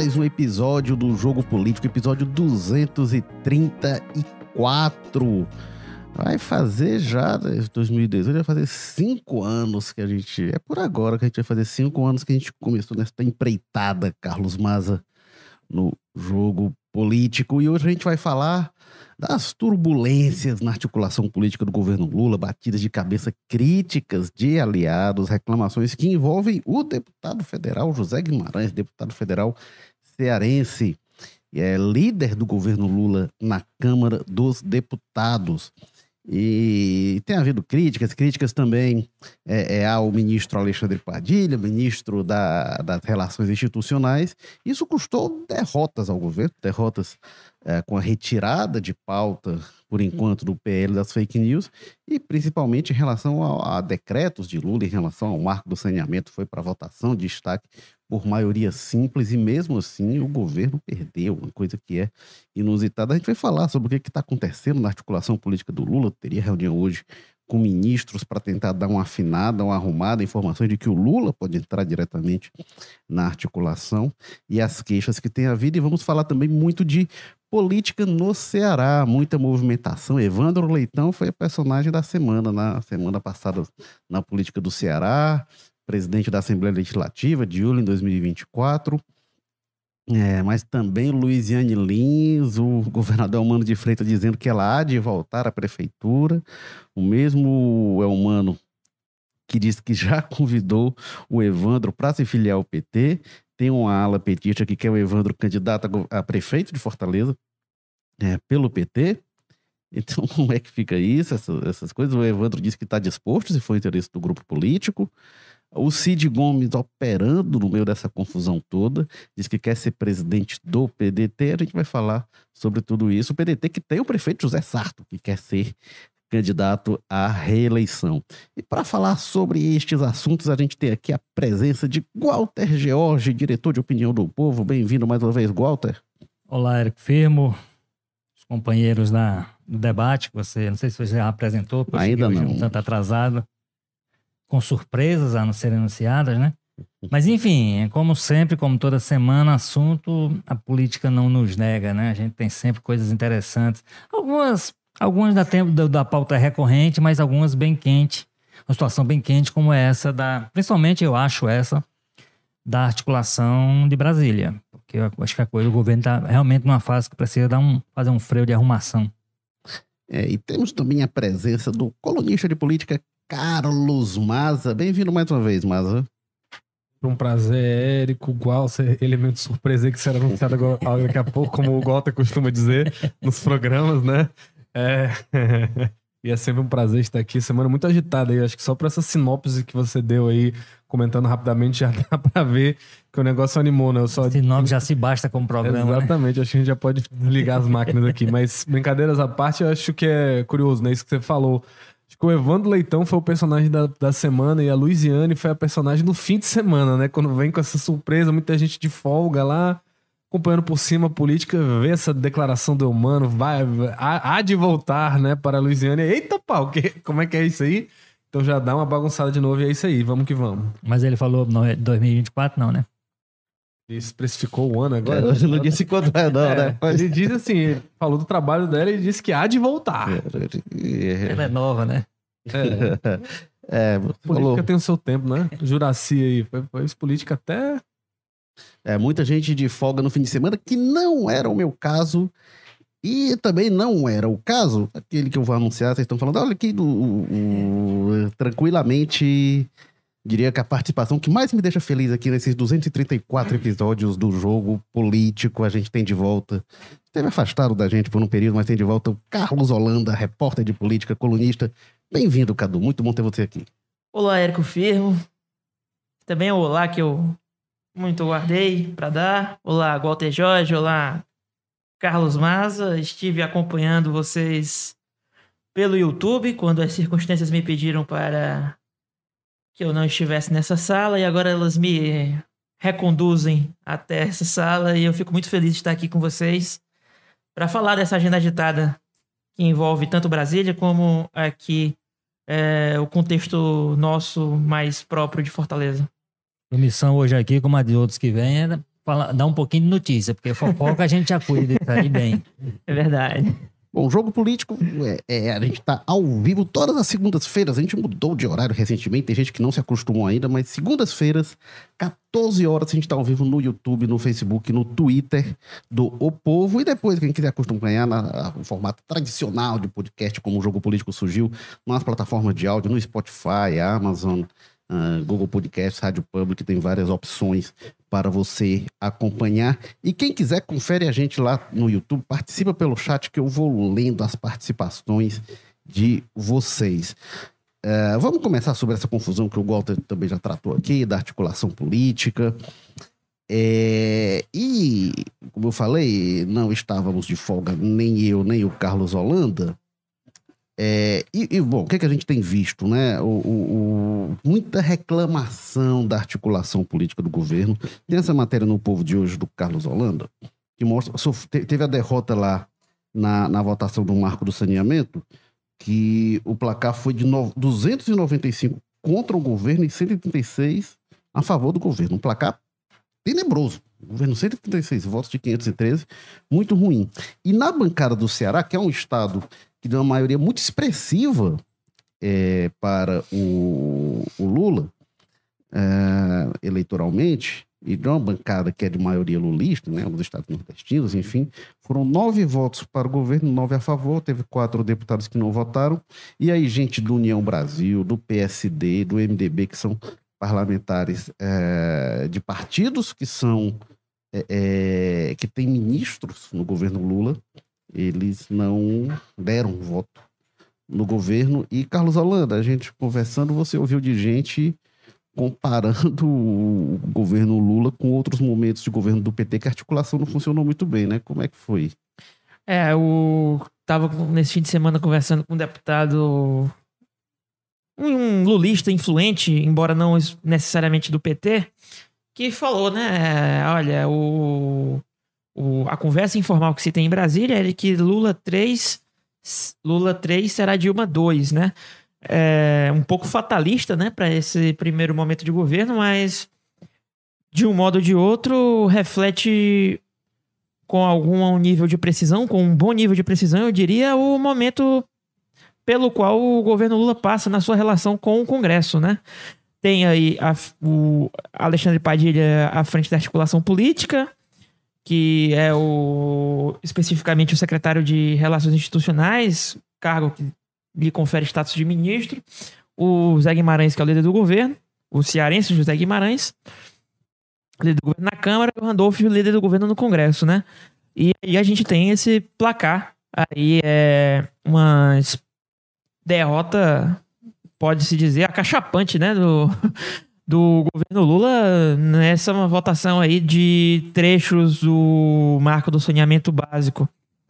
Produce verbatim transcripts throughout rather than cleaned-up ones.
mais um episódio do Jogo Político, episódio duzentos e trinta e quatro. Vai fazer já, dois mil e dezoito, vai fazer cinco anos que a gente... É por agora que a gente vai fazer cinco anos que a gente começou nessa empreitada, Carlos Maza, no Jogo Político. E hoje a gente vai falar das turbulências na articulação política do governo Lula, batidas de cabeça críticas de aliados, reclamações que envolvem o deputado federal José Guimarães, deputado federal cearense, e é líder do governo Lula na Câmara dos Deputados. E tem havido críticas, críticas também é, é, ao ministro Alexandre Padilha, ministro da, das Relações Institucionais. Isso custou derrotas ao governo, derrotas é, com a retirada de pauta, por enquanto, do P L das fake news, e principalmente em relação a, a decretos de Lula, em relação ao marco do saneamento, foi para votação de destaque por maioria simples, e mesmo assim o governo perdeu, uma coisa que é inusitada. A gente vai falar sobre o que está acontecendo na articulação política do Lula. Teria reunião hoje com ministros para tentar dar uma afinada, uma arrumada, informações de que o Lula pode entrar diretamente na articulação e as queixas que tem havido. E vamos falar também muito de política no Ceará, muita movimentação. Evandro Leitão foi a personagem da semana, na semana passada, na política do Ceará, presidente da Assembleia Legislativa, de julho em dois mil e vinte e quatro. É, mas também Luiziane Lins, o governador Eumano de Freitas, dizendo que ela há de voltar à prefeitura. O mesmo Eumano que disse que já convidou o Evandro para se filiar ao P T. Tem uma ala petista que quer o Evandro candidato a, a prefeito de Fortaleza é, pelo P T. Então, como é que fica isso, essas, essas coisas? O Evandro disse que está disposto, se for interesse do grupo político. O Cid Gomes operando no meio dessa confusão toda, diz que quer ser presidente do P D T. A gente vai falar sobre tudo isso. O P D T que tem o prefeito José Sarto, que quer ser candidato à reeleição. E para falar sobre estes assuntos, a gente tem aqui a presença de Walter George, diretor de Opinião do Povo. Bem-vindo mais uma vez, Walter. Olá, Érico Firmo, os companheiros da, do debate, que você, não sei se você já apresentou, porque ainda hoje não. Um tanto atrasado, com surpresas a não serem anunciadas, né? Mas, enfim, como sempre, como toda semana, assunto, a política não nos nega, né? A gente tem sempre coisas interessantes. Algumas, algumas dá tempo da, da pauta recorrente, mas algumas bem quente. Uma situação bem quente como essa, da, principalmente eu acho essa, da articulação de Brasília. Porque eu acho que a coisa, o governo está realmente numa fase que precisa dar um, fazer um freio de arrumação. É, e temos também a presença do colunista de política Carlos Maza. Bem-vindo mais uma vez, Maza. Um prazer, Érico, Walter, elemento surpresa aí que será anunciado agora, daqui a pouco, como o Walter costuma dizer nos programas, né? É... E é sempre um prazer estar aqui. Semana muito agitada aí. Acho que só por essa sinopse que você deu aí, comentando rapidamente, já dá pra ver que o negócio animou, né? Eu só... Sinopse já se basta como programa. Exatamente. Né? Acho que a gente já pode ligar as máquinas aqui. Mas, brincadeiras à parte, eu acho que é curioso, né? Isso que você falou. Acho que o Evandro Leitão foi o personagem da, da semana e a Luiziane foi a personagem do fim de semana, né? Quando vem com essa surpresa, muita gente de folga lá, acompanhando por cima a política, vê essa declaração do Eumano, vai, há, há de voltar, né, para a Luiziane. Eita pau, que, como é que é isso aí? Então já dá uma bagunçada de novo e é isso aí, vamos que vamos. Mas ele falou dois mil e vinte e quatro, não, né? Ele especificou o ano agora? É, hoje não disse quando é, não, é, né? Mas... Ele diz assim, ele falou do trabalho dela e disse que há de voltar. Ela é nova, né? É. É, política falou... tem o seu tempo, né? Juraci aí, foi, foi política até... É, muita gente de folga no fim de semana, que não era o meu caso, e também não era o caso, aquele que eu vou anunciar, vocês estão falando, olha aqui, o, o, tranquilamente, diria que a participação que mais me deixa feliz aqui nesses duzentos e trinta e quatro episódios do Jogo Político, a gente tem de volta, esteve afastado da gente por um período, mas tem de volta o Carlos Holanda, repórter de política, colunista. Bem-vindo, Cadu, muito bom ter você aqui. Olá, Érico Firmo, também é o olá que eu muito guardei para dar. Olá, Walter Jorge, olá, Carlos Maza. Estive acompanhando vocês pelo YouTube quando as circunstâncias me pediram para que eu não estivesse nessa sala e agora elas me reconduzem até essa sala e eu fico muito feliz de estar aqui com vocês para falar dessa agenda agitada que envolve tanto Brasília como aqui é, o contexto nosso mais próprio de Fortaleza. A missão hoje aqui, como a de outros que vêm, é Fala, dá um pouquinho de notícia, porque fofoca a gente já cuida disso aí bem. É verdade. Bom, Jogo Político, é, é, a gente tá ao vivo todas as segundas-feiras. A gente mudou de horário recentemente, tem gente que não se acostumou ainda, mas segundas-feiras, quatorze horas, a gente tá ao vivo no YouTube, no Facebook, no Twitter do O Povo. E depois, quem quiser acompanhar na, no formato tradicional de podcast, como o Jogo Político surgiu, nas plataformas de áudio, no Spotify, Amazon, uh, Google Podcasts, Rádio Public, tem várias opções para você acompanhar. E quem quiser, confere a gente lá no YouTube, participa pelo chat que eu vou lendo as participações de vocês. Uh, vamos começar sobre essa confusão que o Walter também já tratou aqui, da articulação política. É, e, como eu falei, não estávamos de folga, nem eu, nem o Carlos Holanda. É, e, e, bom, o que, é que a gente tem visto, né? O, o, o, muita reclamação da articulação política do governo. Tem essa matéria no Povo de hoje do Carlos Holanda, que mostra, teve a derrota lá na, na votação do marco do saneamento, que o placar foi de no, duzentos e noventa e cinco contra o governo e cento e trinta e seis a favor do governo. Um placar tenebroso. O governo cento e trinta e seis votos de quinhentos e treze, muito ruim. E na bancada do Ceará, que é um estado que deu uma maioria muito expressiva é, para o, o Lula, é, eleitoralmente, e deu uma bancada que é de maioria lulista, né, os estados nordestinos, enfim, foram nove votos para o governo, nove a favor, teve quatro deputados que não votaram, e aí gente do União Brasil, do P S D, do M D B, que são parlamentares é, de partidos que são, é, é, que têm ministros no governo Lula, eles não deram voto no governo. E, Carlos Holanda, a gente conversando, você ouviu de gente comparando o governo Lula com outros momentos de governo do P T, que a articulação não funcionou muito bem, né? Como é que foi? É, eu tava nesse fim de semana conversando com um deputado, um lulista influente, embora não necessariamente do P T, que falou, né, olha, o... O, a conversa informal que se tem em Brasília é de que Lula três, Lula três será Dilma dois, né? É um pouco fatalista, né, para esse primeiro momento de governo, mas de um modo ou de outro reflete com algum nível de precisão, com um bom nível de precisão, eu diria, o momento pelo qual o governo Lula passa na sua relação com o Congresso, né? Tem aí a, o Alexandre Padilha à frente da articulação política, que é o, especificamente o secretário de Relações Institucionais, cargo que lhe confere status de ministro, o Zé Guimarães, que é o líder do governo, o cearense José Guimarães, líder do governo na Câmara, e o Randolph, líder do governo no Congresso, né? E aí a gente tem esse placar, aí é uma derrota, pode-se dizer, acachapante, né, do... do governo Lula nessa votação aí de trechos do marco do saneamento básico.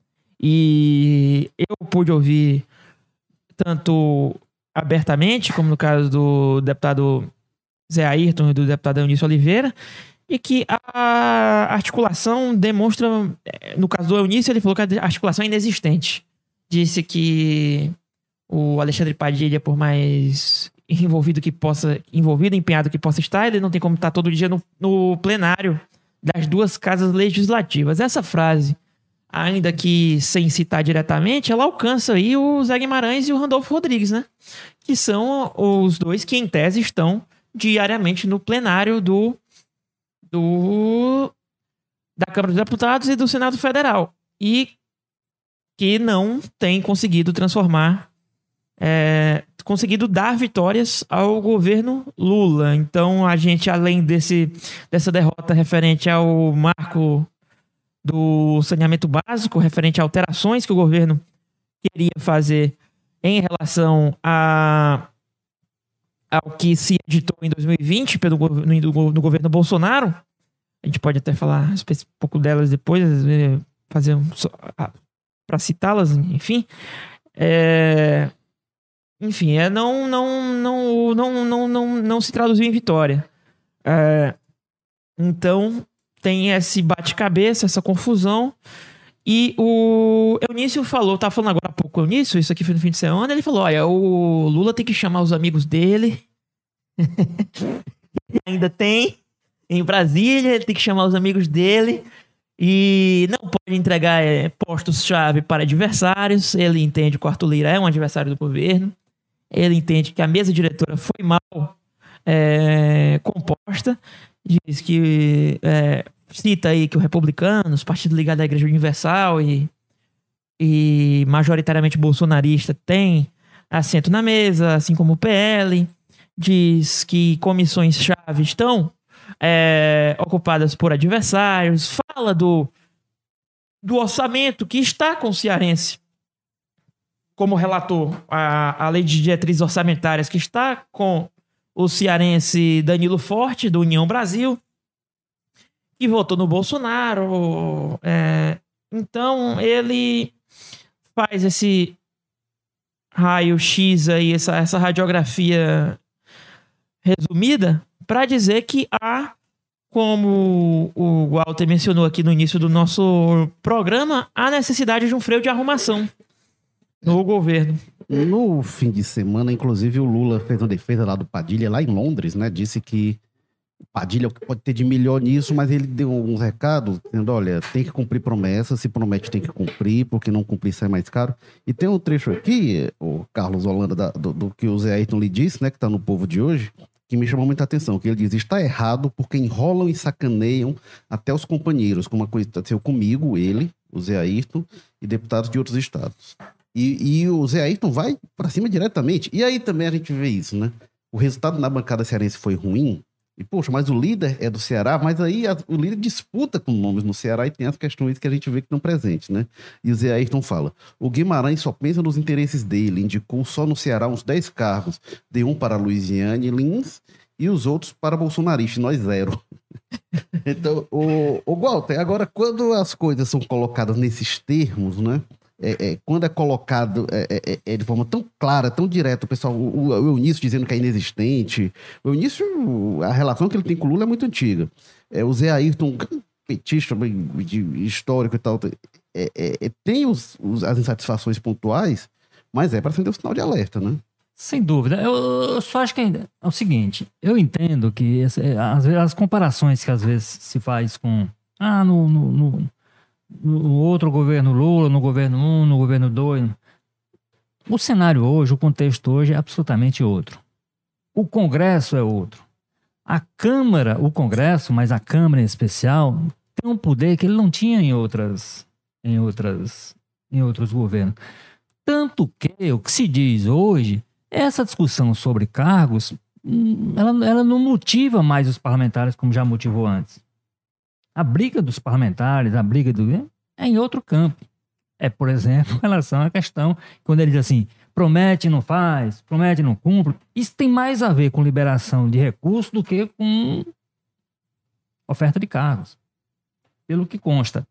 E eu pude ouvir tanto abertamente, como no caso do deputado Zé Ayrton e do deputado Eunício Oliveira, e que a articulação demonstra, no caso do Eunício, ele falou que a articulação é inexistente. Disse que o Alexandre Padilha, por mais envolvido que possa, envolvido, empenhado que possa estar, ele não tem como estar todo dia no, no plenário das duas casas legislativas. Essa frase, ainda que sem citar diretamente, ela alcança aí o Zé Guimarães e o Randolfo Rodrigues, né? Que são os dois que, em tese, estão diariamente no plenário do, do da Câmara dos Deputados e do Senado Federal. E que não tem conseguido transformar É, conseguido dar vitórias ao governo Lula. Então, a gente, além desse, dessa derrota referente ao marco do saneamento básico, referente a alterações que o governo queria fazer em relação a, ao que se editou em dois mil e vinte pelo, no, no governo Bolsonaro, a gente pode até falar um pouco delas depois, fazer um, para citá-las, enfim. É... Enfim, é, não, não, não, não, não, não, não se traduziu em vitória. É, então, tem esse bate-cabeça, essa confusão. E o Eunício falou, tava falando agora há pouco, o Eunício, isso aqui foi no fim de semana, ele falou, olha, o Lula tem que chamar os amigos dele. Ainda tem. em Brasília, ele tem que chamar os amigos dele e não pode entregar é, postos-chave para adversários. Ele entende que o Arthur Lira é um adversário do governo. Ele entende que a mesa diretora foi mal é, composta. Diz que... É, cita aí que o Republicanos, partido ligado à Igreja Universal e, e majoritariamente bolsonarista, tem assento na mesa, assim como o P L. Diz que comissões-chave estão é, ocupadas por adversários. Fala do, do orçamento que está com o cearense como relator, a, a lei de diretrizes orçamentárias que está com o cearense Danilo Forte, do União Brasil, que votou no Bolsonaro. É, então, ele faz esse raio-x aí, essa, essa radiografia resumida, para dizer que há, como o Walter mencionou aqui no início do nosso programa, a necessidade de um freio de arrumação no governo. No fim de semana, inclusive, o Lula fez uma defesa lá do Padilha, lá em Londres, né? Disse que Padilha pode ter de melhor nisso, mas ele deu uns recados, dizendo, olha, tem que cumprir promessa, se promete tem que cumprir, porque não cumprir sai mais caro. E tem um trecho aqui, o Carlos Holanda, da, do, do que o Zé Ayrton lhe disse, né, que tá no Povo de hoje, que me chamou muita atenção, que ele diz, está errado porque enrolam e sacaneiam até os companheiros, como aconteceu comigo, ele, o Zé Ayrton, e deputados de outros estados. E, e o Zé Ayrton vai para cima diretamente. E aí também a gente vê isso, né? O resultado na bancada cearense foi ruim, e, poxa, mas o líder é do Ceará, mas aí a, o líder disputa com nomes no Ceará e tem as questões que a gente vê que estão presentes, né? E o Zé Ayrton fala, o Guimarães só pensa nos interesses dele, indicou só no Ceará uns dez cargos, deu um para Luiziane Lins e os outros para bolsonaristas, nós zero. Então, o, o Walter, agora, quando as coisas são colocadas nesses termos, né? É, é, quando é colocado é, é, é de forma tão clara, tão direta, o pessoal, o, o Eunício dizendo que é inexistente. O Eunício, a relação que ele tem com o Lula é muito antiga. É, o Zé Ayrton, petista de histórico e tal, é, é, tem os, os, as insatisfações pontuais, mas é para acender o sinal de alerta, né? Sem dúvida. Eu, eu só acho que é o seguinte, eu entendo que esse, as, as comparações que às vezes se faz com ah, no, no, no no outro governo Lula, no governo um, no governo dois. O cenário hoje, o contexto hoje é absolutamente outro. O Congresso é outro. A Câmara, o Congresso, mas a Câmara em especial, tem um poder que ele não tinha em outras, em outras, em outros governos. Tanto que o que se diz hoje, essa discussão sobre cargos, ela, ela não motiva mais os parlamentares como já motivou antes. A briga dos parlamentares, a briga do... é em outro campo. É, por exemplo, em relação à questão, quando ele diz assim, promete e não faz, promete e não cumpre. Isso tem mais a ver com liberação de recursos do que com oferta de cargos, pelo que consta.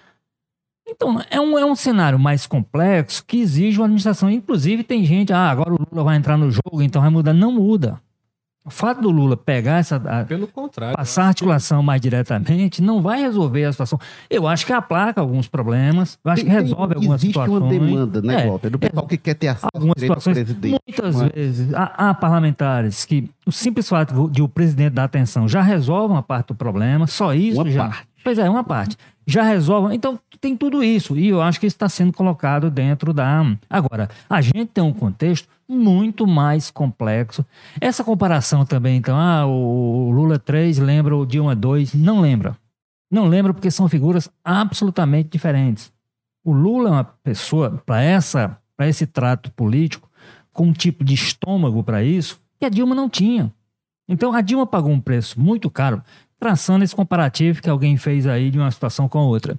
Então, é um, é um cenário mais complexo que exige uma administração. Inclusive, tem gente, ah, agora o Lula vai entrar no jogo, então vai mudar. Não muda. O fato do Lula pegar essa... A, Pelo contrário. Passar a articulação mais diretamente não vai resolver a situação. Eu acho que aplaca alguns problems. Eu acho Tem, que resolve tem, algumas existe situações. Existe uma demanda, né, é, Walter? Do pessoal é, que quer ter acesso algumas ao situações, presidente. muitas mas... vezes, há, há parlamentares que o simples fato de o presidente dar atenção já resolve uma parte do problema. Só isso uma já... parte. Pois é, uma parte. Já resolve. Então, tem tudo isso. E eu acho que isso está sendo colocado dentro da... Agora, a gente tem um contexto muito mais complexo. Essa comparação também, então, ah, o Lula três lembra o Dilma dois, não lembra. Não lembra porque são figuras absolutamente diferentes. O Lula é uma pessoa, para essa, para esse trato político, com um tipo de estômago para isso, que a Dilma não tinha. Então, a Dilma pagou um preço muito caro, traçando esse comparativo que alguém fez aí de uma situação com a outra.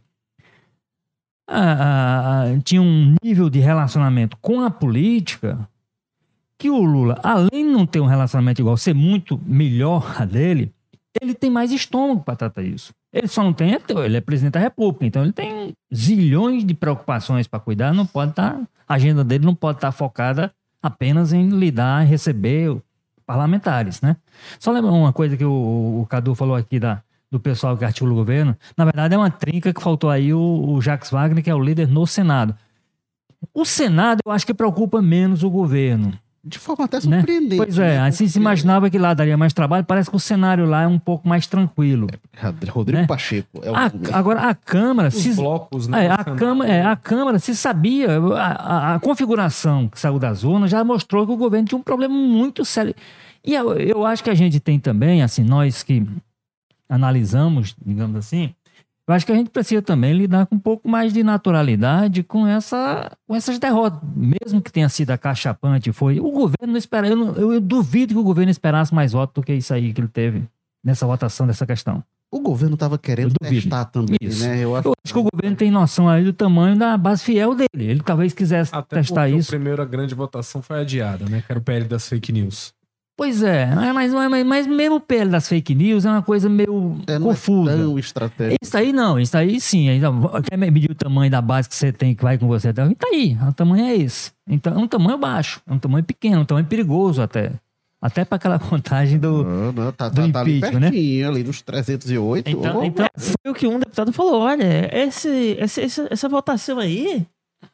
Ah, ah, tinha um nível de relacionamento com a política que o Lula, além de não ter um relacionamento igual, ser muito melhor a dele, ele tem mais estômago para tratar isso. Ele só não tem, ele é presidente da República, então ele tem zilhões de preocupações para cuidar, não pode estar, a agenda dele não pode estar focada apenas em lidar e receber parlamentares, né? Só lembrar uma coisa que o, o Cadu falou aqui da, do pessoal que articula o governo, na verdade é uma trinca que faltou aí o, o Jacques Wagner, que é o líder no Senado. O Senado eu acho que preocupa menos o governo. De forma até né? surpreendente. Pois é, né? assim se Porque- imaginava que lá daria mais trabalho, parece que o cenário lá é um pouco mais tranquilo. Rodrigo né? Pacheco é o A- nome. agora, a Câmara... Os se- blocos, né? É, a, Câmara, é, a Câmara se sabia, a, a- a configuração que saiu das urnas já mostrou que o governo tinha um problema muito sério. E eu, eu acho que a gente tem também, assim, nós que analisamos, digamos assim, eu acho que a gente precisa também lidar com um pouco mais de naturalidade com, essa, com essas derrotas. Mesmo que tenha sido acachapante, foi. O governo não espera, eu, não- eu, eu duvido que o governo esperasse mais votos do que isso aí que ele teve nessa votação dessa questão. O governo estava querendo Eu duvido. testar também, Isso. né? Eu acho Eu acho que o governo tem noção aí do tamanho da base fiel dele. Ele talvez quisesse Até testar porque isso. a primeira grande votação foi adiada, né? Que era o P L das fake news. Pois é, mas, mas, mas mesmo o P L das fake news é uma coisa meio É, não é confusa. tão estratégico. Isso aí não, isso aí sim. Então, quer medir o tamanho da base que você tem, que vai com você até. Tá aí, o tamanho é esse. Então, é um tamanho baixo, é um tamanho pequeno, um tamanho perigoso até. Até para aquela contagem do. Não, não, tá, do tá, tá ali impeachment, né? pertinho, ali dos trezentos e oito. Então- Ô, então- Foi o que um deputado falou: olha, esse, esse- essa, essa votação aí,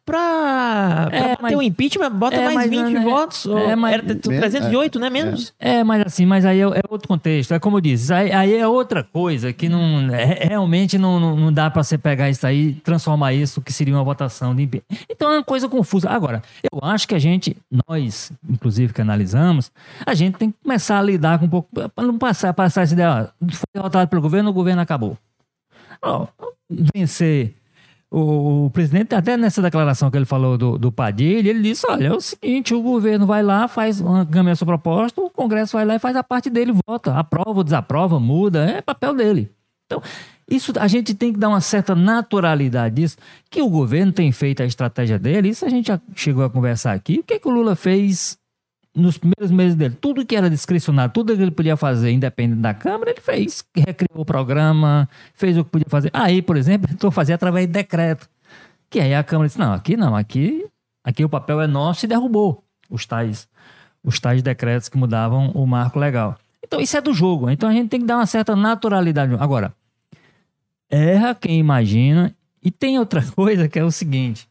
pra, pra É, ter mas- um impeachment, bota é, mais mas vinte não, né? votos. ou- É, mas- era trezentos e oito, né? Menos. É, mas assim, mas aí é, é outro contexto. É como eu disse, isso aí, aí é outra coisa que não, é- realmente não, não, não dá para você pegar isso aí e transformar isso que seria uma votação de impeachment. Então é uma coisa confusa. Agora, eu acho que a gente, nós, inclusive que analisamos, a gente tem que começar a lidar com um pouco, para não passar, passar essa ideia, ó, foi derrotado pelo governo, o governo acabou. Ó, vencer. O, o presidente, até nessa declaração que ele falou do, do Padilha, ele disse: olha, é o seguinte, o governo vai lá, faz encaminha a sua proposta, o Congresso vai lá e faz a parte dele, vota, aprova ou desaprova, muda, é papel dele. Então, isso a gente tem que dar uma certa naturalidade disso, que o governo tem feito a estratégia dele, isso a gente já chegou a conversar aqui. O que, é que o Lula fez nos primeiros meses dele? Tudo que era discricionário, tudo que ele podia fazer independente da Câmara, ele fez. Recriou o programa, fez o que podia fazer. Aí, por exemplo, ele tentou fazer através de decreto. Que aí a Câmara disse: não, aqui não, aqui, aqui o papel é nosso, e derrubou os tais, os tais decretos que mudavam o marco legal. Então isso é do jogo. Então a gente tem que dar uma certa naturalidade. Agora, erra quem imagina. E tem outra coisa que é o seguinte.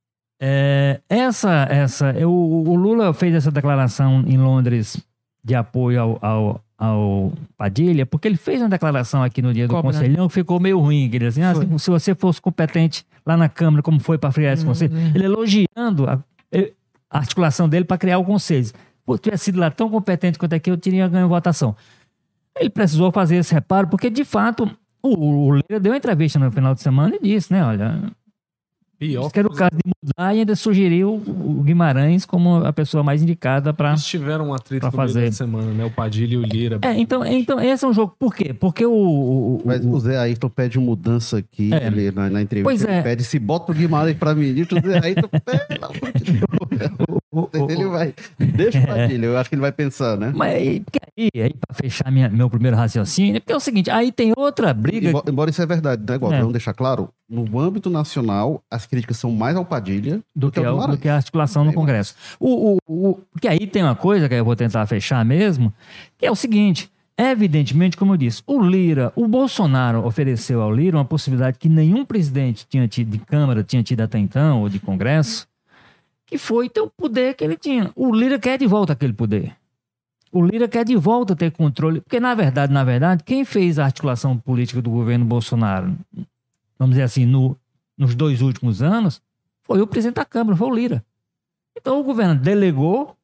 É, essa, essa, eu, o Lula fez essa declaração em Londres de apoio ao, ao, ao Padilha, porque ele fez uma declaração aqui no dia do Cobra. Conselhão que ficou meio ruim. Que ele disse assim: ah, se, se você fosse competente lá na Câmara, como foi para criar esse conselho, ele elogiando a, a articulação dele para criar o conselho. Pô, tivesse sido lá tão competente quanto aqui, eu teria ganho votação. Ele precisou fazer esse reparo, porque de fato o, o Lula deu uma entrevista no final de semana e disse, né, olha, Pior que era o caso de mudar e ainda sugeriu o Guimarães como a pessoa mais indicada para... Eles tiveram um atrito pra no meio fazer. da semana, né? O Padilha e o Lira. É, então, então esse é um jogo. Por quê? Porque o... o, o Mas o Zé Ayrton pede mudança aqui É. ele, na, na entrevista. Pois ele é. pede se bota o Guimarães pra ministro. O Zé Ayrton, pelo amor de Deus. o- o- Ele vai. Deixa o Padilha, eu acho que ele vai pensar, né? Mas aí, porque aí, aí para fechar minha, meu primeiro raciocínio, porque é o seguinte, aí tem outra briga... Embora, embora isso é verdade, né, Walter? É. Vamos deixar claro. No âmbito nacional, as críticas são mais ao Padilha do que, ao a, do Guimarães. que a articulação no Bem, Congresso. O, o, o, que aí tem uma coisa que eu vou tentar fechar mesmo, que é o seguinte, evidentemente, como eu disse, o Lira, o Bolsonaro ofereceu ao Lira uma possibilidade que nenhum presidente tinha tido de Câmara, tinha tido até então, ou de Congresso, que foi ter o poder que ele tinha. O Lira quer de volta aquele poder. O Lira quer de volta ter controle, porque na verdade, na verdade, quem fez a articulação política do governo Bolsonaro, vamos dizer assim, no, nos dois últimos anos, foi o presidente da Câmara, foi o Lira. Então o governo delegou,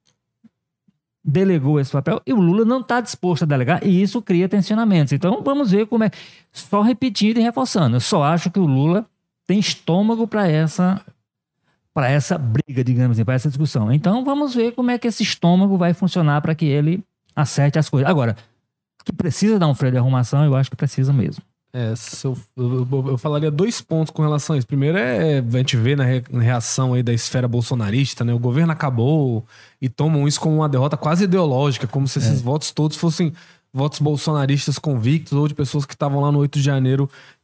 delegou esse papel e o Lula não está disposto a delegar e isso cria tensionamentos. Então vamos ver como é. Só repetindo e reforçando, eu só acho que o Lula tem estômago para essa, para essa briga, digamos assim, para essa discussão. Então vamos ver como é que esse estômago vai funcionar para que ele acerte as coisas. Agora, que precisa dar um freio de arrumação, eu acho que precisa mesmo. É, se eu, eu, eu- eu falaria dois pontos com relação a isso. Primeiro é, a gente vê na re- na reação aí da esfera bolsonarista, né? O governo acabou e tomam isso como uma derrota quase ideológica, como se esses votos todos fossem votos bolsonaristas convictos ou de pessoas que estavam lá no oito de janeiro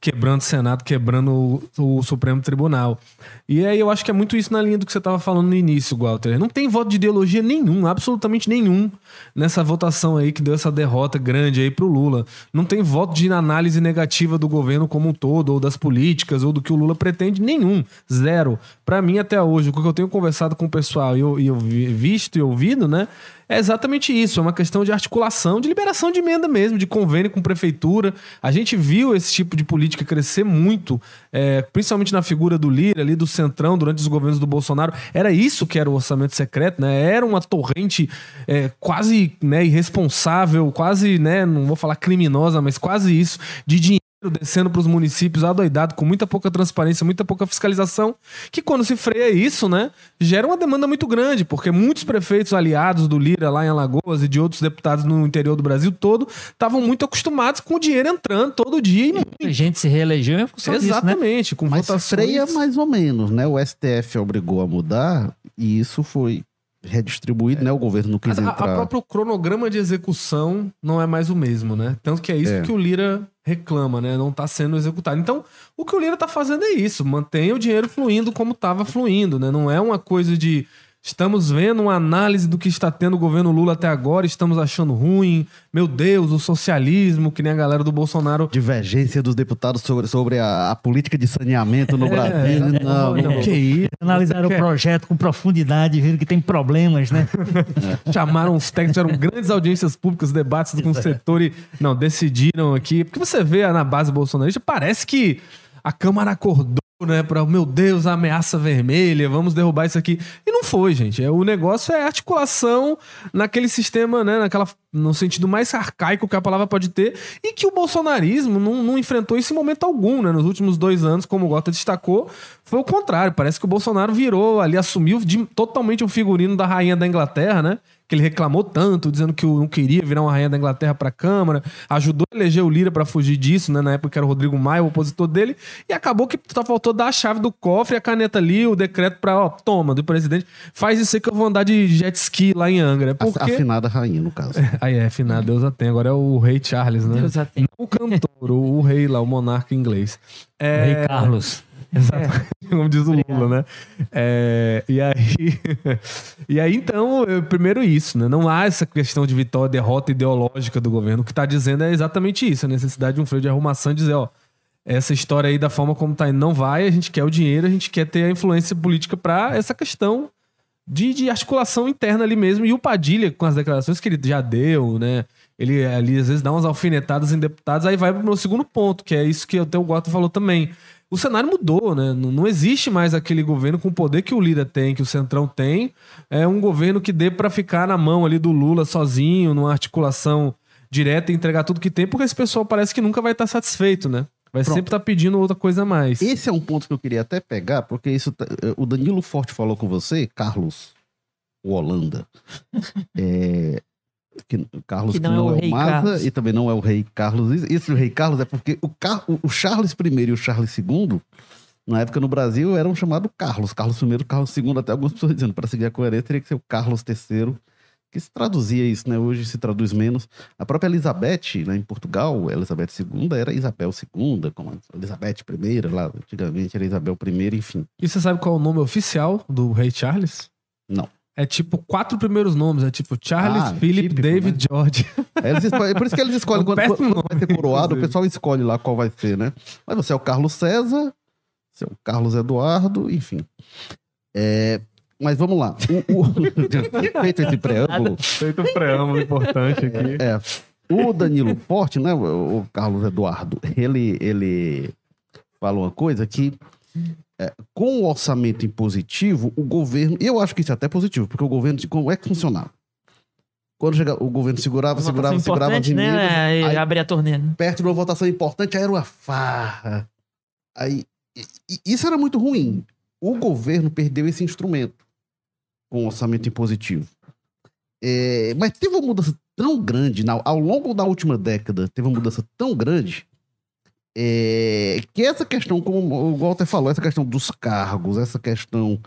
quebrando o Senado, quebrando o, o Supremo Tribunal. E aí eu acho que é muito isso na linha do que você estava falando no início, Walter. Não tem voto de ideologia nenhum, absolutamente nenhum, nessa votação aí que deu essa derrota grande aí pro Lula. Não tem voto de análise negativa do governo como um todo, ou das políticas, ou do que o Lula pretende, nenhum. Zero. Pra mim, até hoje, o que eu tenho conversado com o pessoal e eu, e eu visto e ouvido, né? É exatamente isso, é uma questão de articulação, de liberação de emenda mesmo, de convênio com prefeitura. A gente viu esse tipo de política crescer muito, é, principalmente na figura do Lira, ali do Centrão, durante os governos do Bolsonaro. Era isso que era o orçamento secreto, né? Era uma torrente é, quase, né, irresponsável, quase, né, não vou falar criminosa, mas quase isso, de dinheiro descendo para os municípios adoidado, com muita pouca transparência, muita pouca fiscalização, que quando se freia isso, né, gera uma demanda muito grande, porque muitos prefeitos aliados do Lira lá em Alagoas e de outros deputados no interior do Brasil todo estavam muito acostumados com o dinheiro entrando todo dia. E muita gente se reelegeu em função disso, né? Exatamente, com Mas votações... freia mais ou menos, né? O S T F obrigou a mudar e isso foi redistribuído, é. né? O governo não quis Mas entrar. O próprio cronograma de execução não é mais o mesmo, né? Tanto que é isso é. que o Lira reclama, né? Não está sendo executado. Então, o que o Lira está fazendo é isso. Mantenha o dinheiro fluindo como estava fluindo, né? Não é uma coisa de... Estamos vendo uma análise do que está tendo o governo Lula até agora, estamos achando ruim. Meu Deus, o socialismo, que nem a galera do Bolsonaro. Divergência dos deputados sobre, sobre a, a política de saneamento no Brasil. É, não, não, não. Que isso? Analisaram o projeto com profundidade, viram que tem problemas, né? É. Chamaram os técnicos, tiveram grandes audiências públicas, debates com o setor e não, decidiram aqui. Porque você vê na base bolsonarista, parece que a Câmara acordou, né, para, meu Deus, a ameaça vermelha, vamos derrubar isso aqui. E não foi, gente. É, o negócio é articulação naquele sistema, né, naquela, no sentido mais arcaico que a palavra pode ter, e que o bolsonarismo não, não enfrentou isso em momento algum, né? Nos últimos dois anos, como o Gota destacou, foi o contrário. Parece que o Bolsonaro virou ali, assumiu de, totalmente um figurino da rainha da Inglaterra, né? Que ele reclamou tanto, dizendo que não queria virar uma rainha da Inglaterra para a Câmara, ajudou a eleger o Lira para fugir disso, né? Na época que era o Rodrigo Maia, o opositor dele, e acabou que só faltou dar a chave do cofre, a caneta ali, o decreto para, ó, toma, do presidente, faz isso aí que eu vou andar de jet ski lá em Angra. Porque... A afinada rainha, no caso. É, aí é, afinada, Deus a tem. Agora é o rei Charles, né? Deus a tem. Não o cantor, o, o rei lá, o monarca inglês. É... Rei Carlos. Exatamente, é. Como diz o Lula, Obrigado. né? É, e aí, e aí, então, eu, primeiro isso, né? Não há essa questão de vitória, derrota ideológica do governo. O que está dizendo é exatamente isso, a necessidade de um freio de arrumação e dizer, ó, essa história aí da forma como tá indo não vai, a gente quer o dinheiro, a gente quer ter a influência política para essa questão de, de articulação interna ali mesmo. E o Padilha, com as declarações que ele já deu, né? Ele ali às vezes dá umas alfinetadas em deputados, aí vai pro meu segundo ponto, que é isso que até o Gota falou também. O cenário mudou, né? Não, não existe mais aquele governo com o poder que o Lira tem, que o Centrão tem. É um governo que dê pra ficar na mão ali do Lula sozinho, numa articulação direta e entregar tudo que tem, porque esse pessoal parece que nunca vai estar satisfeito, né? Vai Pronto. sempre estar pedindo outra coisa a mais. Esse é um ponto que eu queria até pegar, porque isso o Danilo Forte falou com você, Carlos, o Holanda. é... Que, Carlos que não, que não é o, é o Maza Carlos. E também não é o rei Carlos. Esse rei Carlos é porque o, Car... o Charles primeiro e o Charles segundo, na época no Brasil, eram chamados Carlos. Carlos primeiro, Carlos segundo, até algumas pessoas dizendo, para seguir a coerência, teria que ser o Carlos terceiro, que se traduzia isso, né? Hoje se traduz menos. A própria Elizabeth, né, em Portugal, Elizabeth segunda era Isabel segunda, como a Elizabeth primeira, lá antigamente era Isabel primeira, enfim. E você sabe qual é o nome oficial do rei Charles? Não. É tipo quatro primeiros nomes, é tipo Charles, ah, Philip, típico, David, né? George. É, eles escolhem, por isso que eles escolhem, quando, quando vai ser coroado, o pessoal escolhe lá qual vai ser, né? Mas você é o Carlos César, você é o Carlos Eduardo, enfim. É, mas vamos lá. O, o... Feito esse preâmbulo. Feito um preâmbulo importante aqui. É, o Danilo Forte, né, o Carlos Eduardo, ele, ele fala uma coisa que É, com o orçamento impositivo, o governo... Eu acho que isso é até positivo, porque o governo... Como é que funcionava? Quando chega, o governo segurava, segurava, segurava as emendas... Né? Aí abre a torneira. Perto de uma votação importante, aí era uma farra. Aí, e, isso era muito ruim. O governo perdeu esse instrumento com o orçamento impositivo. É, mas teve uma mudança tão grande, na, ao longo da última década, teve uma mudança tão grande... É, que essa questão, como o Walter falou, essa questão dos cargos, essa questão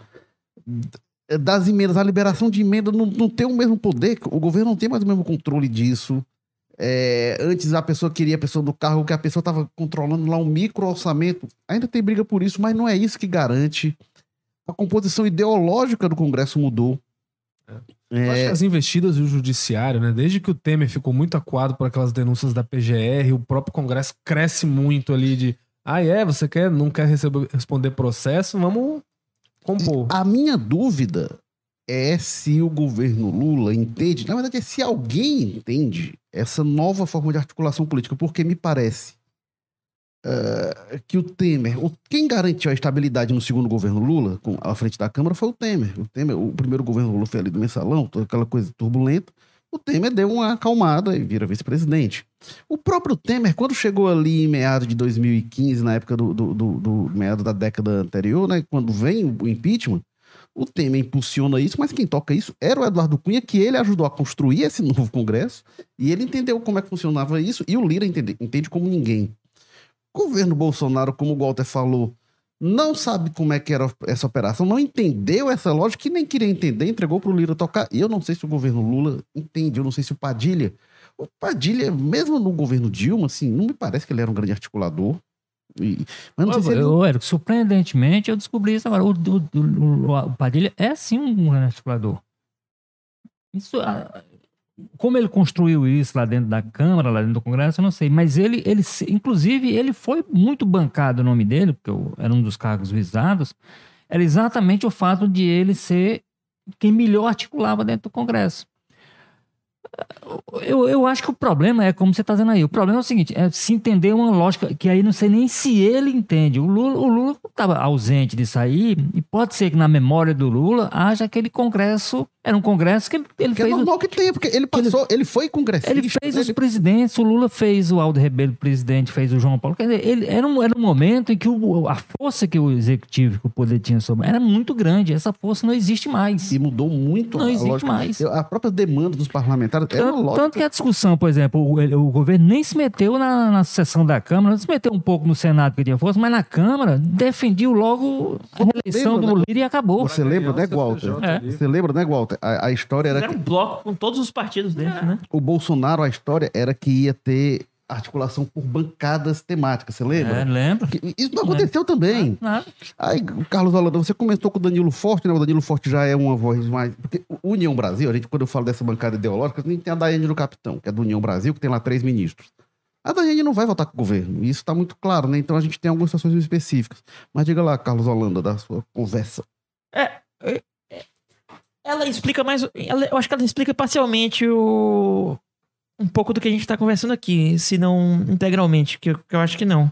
das emendas, a liberação de emenda não, não tem o mesmo poder, o governo não tem mais o mesmo controle disso. É, antes a pessoa queria a pessoa do cargo, que a pessoa estava controlando lá um micro orçamento. Ainda tem briga por isso, mas não é isso que garante. A composição ideológica do Congresso mudou. Eu acho É, que as investidas e o judiciário, né? Desde que o Temer ficou muito acuado por aquelas denúncias da P G R, o próprio Congresso cresce muito ali de ah, é? Você quer, não quer receber, responder processo? Vamos compor. a minha dúvida é se o governo Lula entende, na verdade é se alguém entende essa nova forma de articulação política, porque me parece uh, que o Temer, o, quem garantiu a estabilidade no segundo governo Lula, com, à frente da Câmara, foi o Temer. O Temer, o primeiro governo Lula foi ali do mensalão, toda aquela coisa turbulenta. O Temer deu uma acalmada e vira vice-presidente. O próprio Temer, quando chegou ali em meados de dois mil e quinze, na época do, do, do, do meado da década anterior, né, quando vem o impeachment, o Temer impulsiona isso, mas quem toca isso era o Eduardo Cunha, que ele ajudou a construir esse novo Congresso, e ele entendeu como é que funcionava isso, e o Lira entende, entende como ninguém. O governo Bolsonaro, como o Walter falou, não sabe como é que era essa operação, não entendeu essa lógica, que nem queria entender, entregou para o Lira tocar. E eu não sei se o governo Lula entende, eu não sei se o Padilha... O Padilha, mesmo no governo Dilma, assim, não me parece que ele era um grande articulador. E, mas não sei se ele... Ô, Érico, surpreendentemente, eu descobri isso agora. O, o, o, o Padilha é sim um grande articulador. Isso, ah, como ele construiu isso lá dentro da Câmara, lá dentro do Congresso, eu não sei. Mas ele, ele inclusive, ele foi muito bancado o nome dele, porque eu, era um dos cargos visados, era exatamente o fato de ele ser quem melhor articulava dentro do Congresso. Eu, eu acho que o problema é, como você está dizendo aí, o problema é o seguinte, é se entender uma lógica, que aí não sei nem se ele entende. O Lula o Lula estava ausente disso aí, e pode ser que na memória do Lula haja aquele congresso, era um congresso que ele que fez... é normal o, que tenha, porque ele passou, ele, ele foi congressista. Ele fez ele... os presidentes, o Lula fez o Aldo Rebelo presidente, fez o João Paulo. Quer dizer, ele, era, um, era um momento em que o, a força que o executivo, que o poder tinha sobre era muito grande. Essa força não existe mais. E mudou muito não a existe lógica. mais. A própria demanda dos parlamentares era uma Tanto, lógica. tanto que a discussão, por exemplo, o, o governo nem se meteu na, na sessão da Câmara, se meteu um pouco no Senado que tinha força, mas na Câmara defendiu logo a reeleição lembra, do né? Lira e acabou. Você lembra, né, Walter? É. Você lembra, né, Walter? A, a história era Era um que bloco com todos os partidos dentro, né? o Bolsonaro, a história era que ia ter articulação por bancadas temáticas, você lembra? É, lembro. Que- Isso não aconteceu também. Nada. Aí, Carlos Holanda, você comentou com o Danilo Forte, né? O Danilo Forte já é uma voz mais... Porque o União Brasil, a gente, quando eu falo dessa bancada ideológica, a gente tem a Daiane do Capitão, que é do União Brasil, que tem lá três ministros. A Daiane não vai votar com o governo, e isso está muito claro, né? Então a gente tem algumas situações específicas. Mas diga lá, Carlos Holanda, da sua conversa. É, é, ela explica mais. Ela, eu acho que ela explica parcialmente o, um pouco do que a gente está conversando aqui, se não integralmente, que eu, que eu acho que não.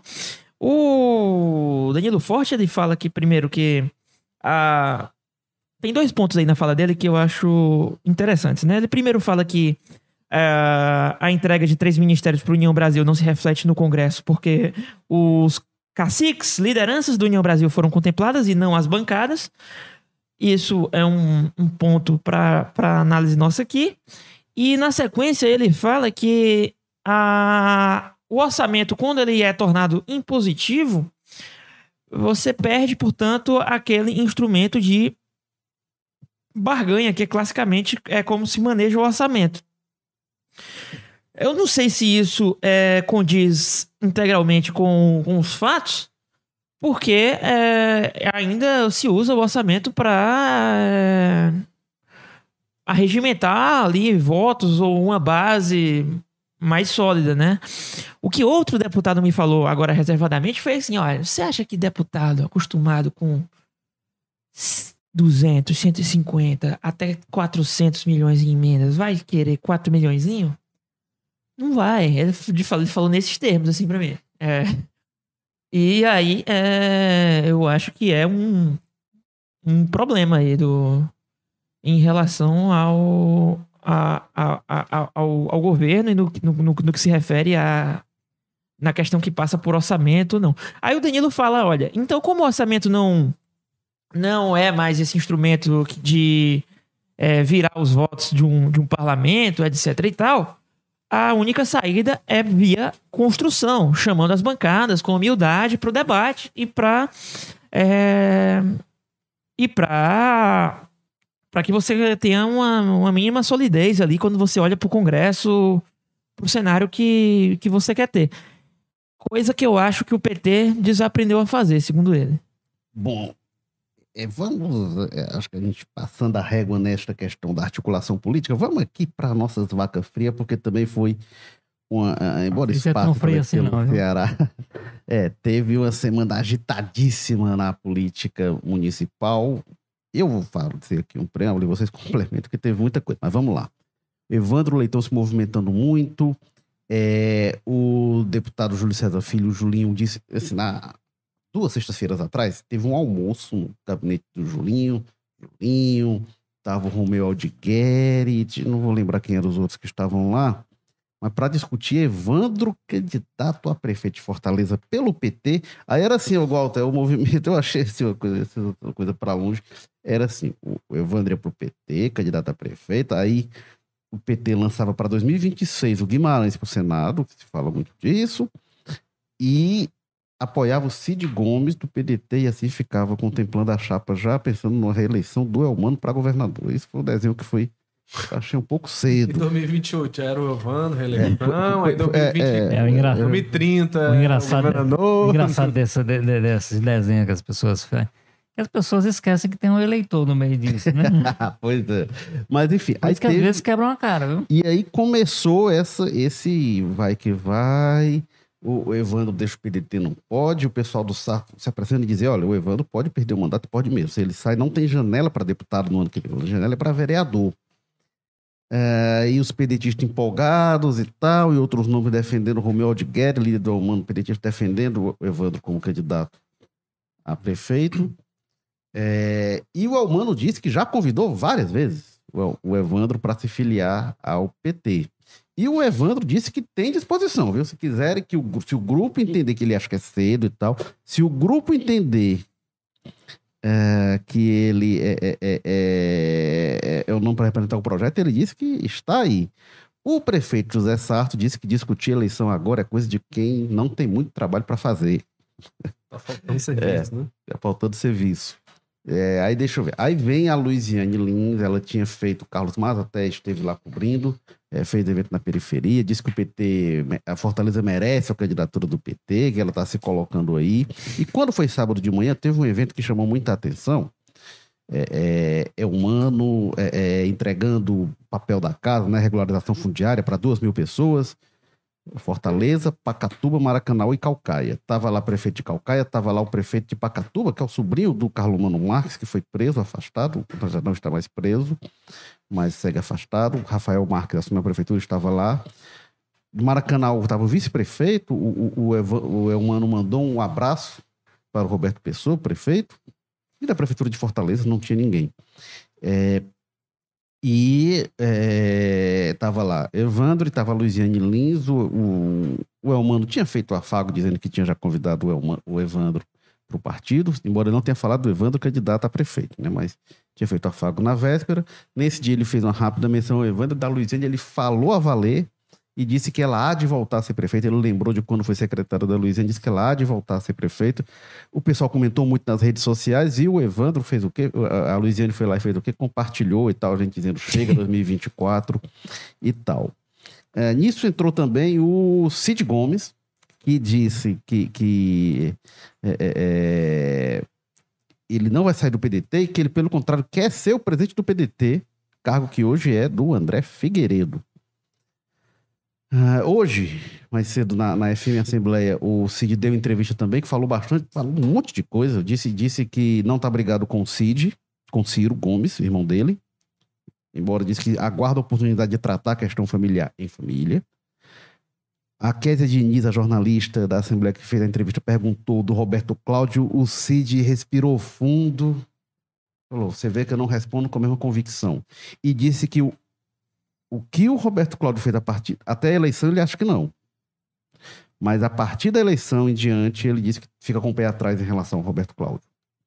O Danilo Forte, ele fala aqui primeiro que a, tem dois pontos aí na fala dele que eu acho interessantes, né? Ele primeiro fala que a, a entrega de três ministérios para a União Brasil não se reflete no Congresso, porque os caciques, lideranças do União Brasil foram contempladas e não as bancadas. Isso é um, um ponto para análise nossa aqui. E na sequência ele fala que a, o orçamento, quando ele é tornado impositivo, você perde, portanto, aquele instrumento de barganha, que classicamente é como se maneja o orçamento. Eu não sei se isso é, condiz integralmente com, com os fatos, porque é, ainda se usa o orçamento para é, arregimentar ali votos ou uma base mais sólida, né? O que outro deputado me falou agora reservadamente foi assim, olha, você acha que deputado acostumado com duzentos, cento e cinquenta, até quatrocentos milhões em emendas vai querer quatro milhõezinho? Não vai. Ele falou, ele falou nesses termos assim pra mim. É... E aí, é, eu acho que é um, um problema aí do, em relação ao, a, a, a, ao, ao governo e no, no, no, no que se refere a, na questão que passa por orçamento, não. Aí o Danilo fala, olha, então como o orçamento não, não é mais esse instrumento de é, virar os votos de um, de um parlamento, etc e tal, a única saída é via construção, chamando as bancadas com humildade para o debate e para é, e para para que você tenha uma, uma mínima solidez ali quando você olha para o Congresso pro cenário que, que você quer ter. Coisa que eu acho que o P T desaprendeu a fazer, segundo ele. Bom, é, vamos, é, acho que a gente passando a régua nesta questão da articulação política, vamos aqui para nossas vacas frias, porque também foi uma, embora Isso é tão espaço frio assim, pelo não, viu? Ceará, é, teve uma semana agitadíssima na política municipal. Eu vou falar dizer aqui um preâmbulo e vocês complementam, porque teve muita coisa, mas vamos lá. Evandro Leitão se movimentando muito. É, o deputado Júlio César Filho, o Julinho, disse assim, na duas sextas-feiras atrás, teve um almoço no gabinete do Julinho, Julinho, tava o Romeu Aldigueri, não vou lembrar quem eram os outros que estavam lá, mas para discutir Evandro, candidato a prefeito de Fortaleza pelo P T. Aí era assim, o Walter, o movimento, eu achei assim, uma coisa, uma coisa para longe, era assim, o Evandro ia pro P T, candidato a prefeito, aí o P T lançava para dois mil e vinte e seis o Guimarães para o Senado, que se fala muito disso, e apoiava o Cid Gomes do P D T e assim ficava contemplando a chapa, já pensando na reeleição do Elmano para governador. Esse foi o desenho que foi, achei um pouco Em cedo. dois mil e vinte e oito já era o Evandro, reeleição, aí dois mil e vinte, É, É o engra- dois mil e trinta, O engraçado, governador. o engraçado dessa, de, de, desses desenhos que as pessoas fazem, que as pessoas esquecem que tem um eleitor no meio disso, né? Pois é. Mas enfim, Por aí isso que às teve... vezes quebram a cara, viu? E aí começou essa, esse vai que vai, o, o Evandro deixa o P D T, não pode, o pessoal do Sarto se apresenta e dizer, olha, o Evandro pode perder o mandato, pode mesmo. Se ele sai, não tem janela para deputado no ano que vem, a janela é para vereador. É, e os pedetistas empolgados e tal, e outros nomes defendendo o Romeu Aldigueri, líder do Humano pedetista, defendendo o Evandro como candidato a prefeito. É, e o Elmano disse que já convidou várias vezes o, o Evandro para se filiar ao P T. E o Evandro disse que tem disposição, viu? Se quiserem, que o, se o grupo entender que ele acha que é cedo e tal, se o grupo entender é, que ele é, é, é, é, é o nome para representar o projeto, ele disse que está aí. O prefeito José Sarto disse que discutir eleição agora é coisa de quem não tem muito trabalho para fazer. Tá faltando serviço, né? Tá faltando serviço. É, aí deixa eu ver. Aí vem a Luiziane Lins, ela tinha feito, o Carlos Maza até esteve lá cobrindo, é, fez evento na periferia, disse que o P T, a Fortaleza merece a candidatura do P T, que ela está se colocando aí. E quando foi sábado de manhã, teve um evento que chamou muita atenção. É, é, é humano, é, é, entregando o papel da casa, né, regularização fundiária para duas mil pessoas. Fortaleza, Pacatuba, Maracanã e Caucaia. Tava lá o prefeito de Caucaia, tava lá o prefeito de Pacatuba, que é o sobrinho do Carlos Mano Marques, que foi preso, afastado, já não está mais preso, mas segue afastado. Rafael Marques assumiu a prefeitura, estava lá. De Maracanã estava o vice-prefeito, o, o, o, Eva, o Elmano mandou um abraço para o Roberto Pessoa, prefeito, e da prefeitura de Fortaleza não tinha ninguém. É, E estava é, lá Evandro e estava Luiziane Lins. O, o, o Elmano tinha feito o afago dizendo que tinha já convidado o, Elmano, o Evandro para o partido, embora ele não tenha falado do Evandro candidato a prefeito, né? Mas tinha feito o afago na véspera. Nesse dia ele fez uma rápida menção ao Evandro. Da Luiziane ele falou a valer e disse que ela há de voltar a ser prefeita. Ele lembrou de quando foi secretário da Luiziane, disse que ela há de voltar a ser prefeita. O pessoal comentou muito nas redes sociais e o Evandro fez o quê? A Luiziane foi lá e fez o quê? Compartilhou e tal, a gente dizendo chega dois mil e vinte e quatro e tal. É, nisso entrou também o Cid Gomes, que disse que, que é, é, ele não vai sair do P D T e que ele, pelo contrário, quer ser o presidente do P D T, cargo que hoje é do André Figueiredo. Uh, hoje, mais cedo, na, na F M Assembleia, o Cid deu entrevista também, que falou bastante, falou um monte de coisa. Disse, disse que não está brigado com o Cid, com Ciro Gomes, irmão dele. Embora disse que aguarda a oportunidade de tratar a questão familiar em família. A Kézia Diniz, a jornalista da Assembleia que fez a entrevista, perguntou do Roberto Cláudio. O Cid respirou fundo. Falou, você vê que eu não respondo com a mesma convicção. E disse que o O que o Roberto Cláudio fez a partir, até a eleição, ele acha que não. Mas a partir da eleição em diante, ele disse que fica com o pé atrás em relação ao Roberto Cláudio.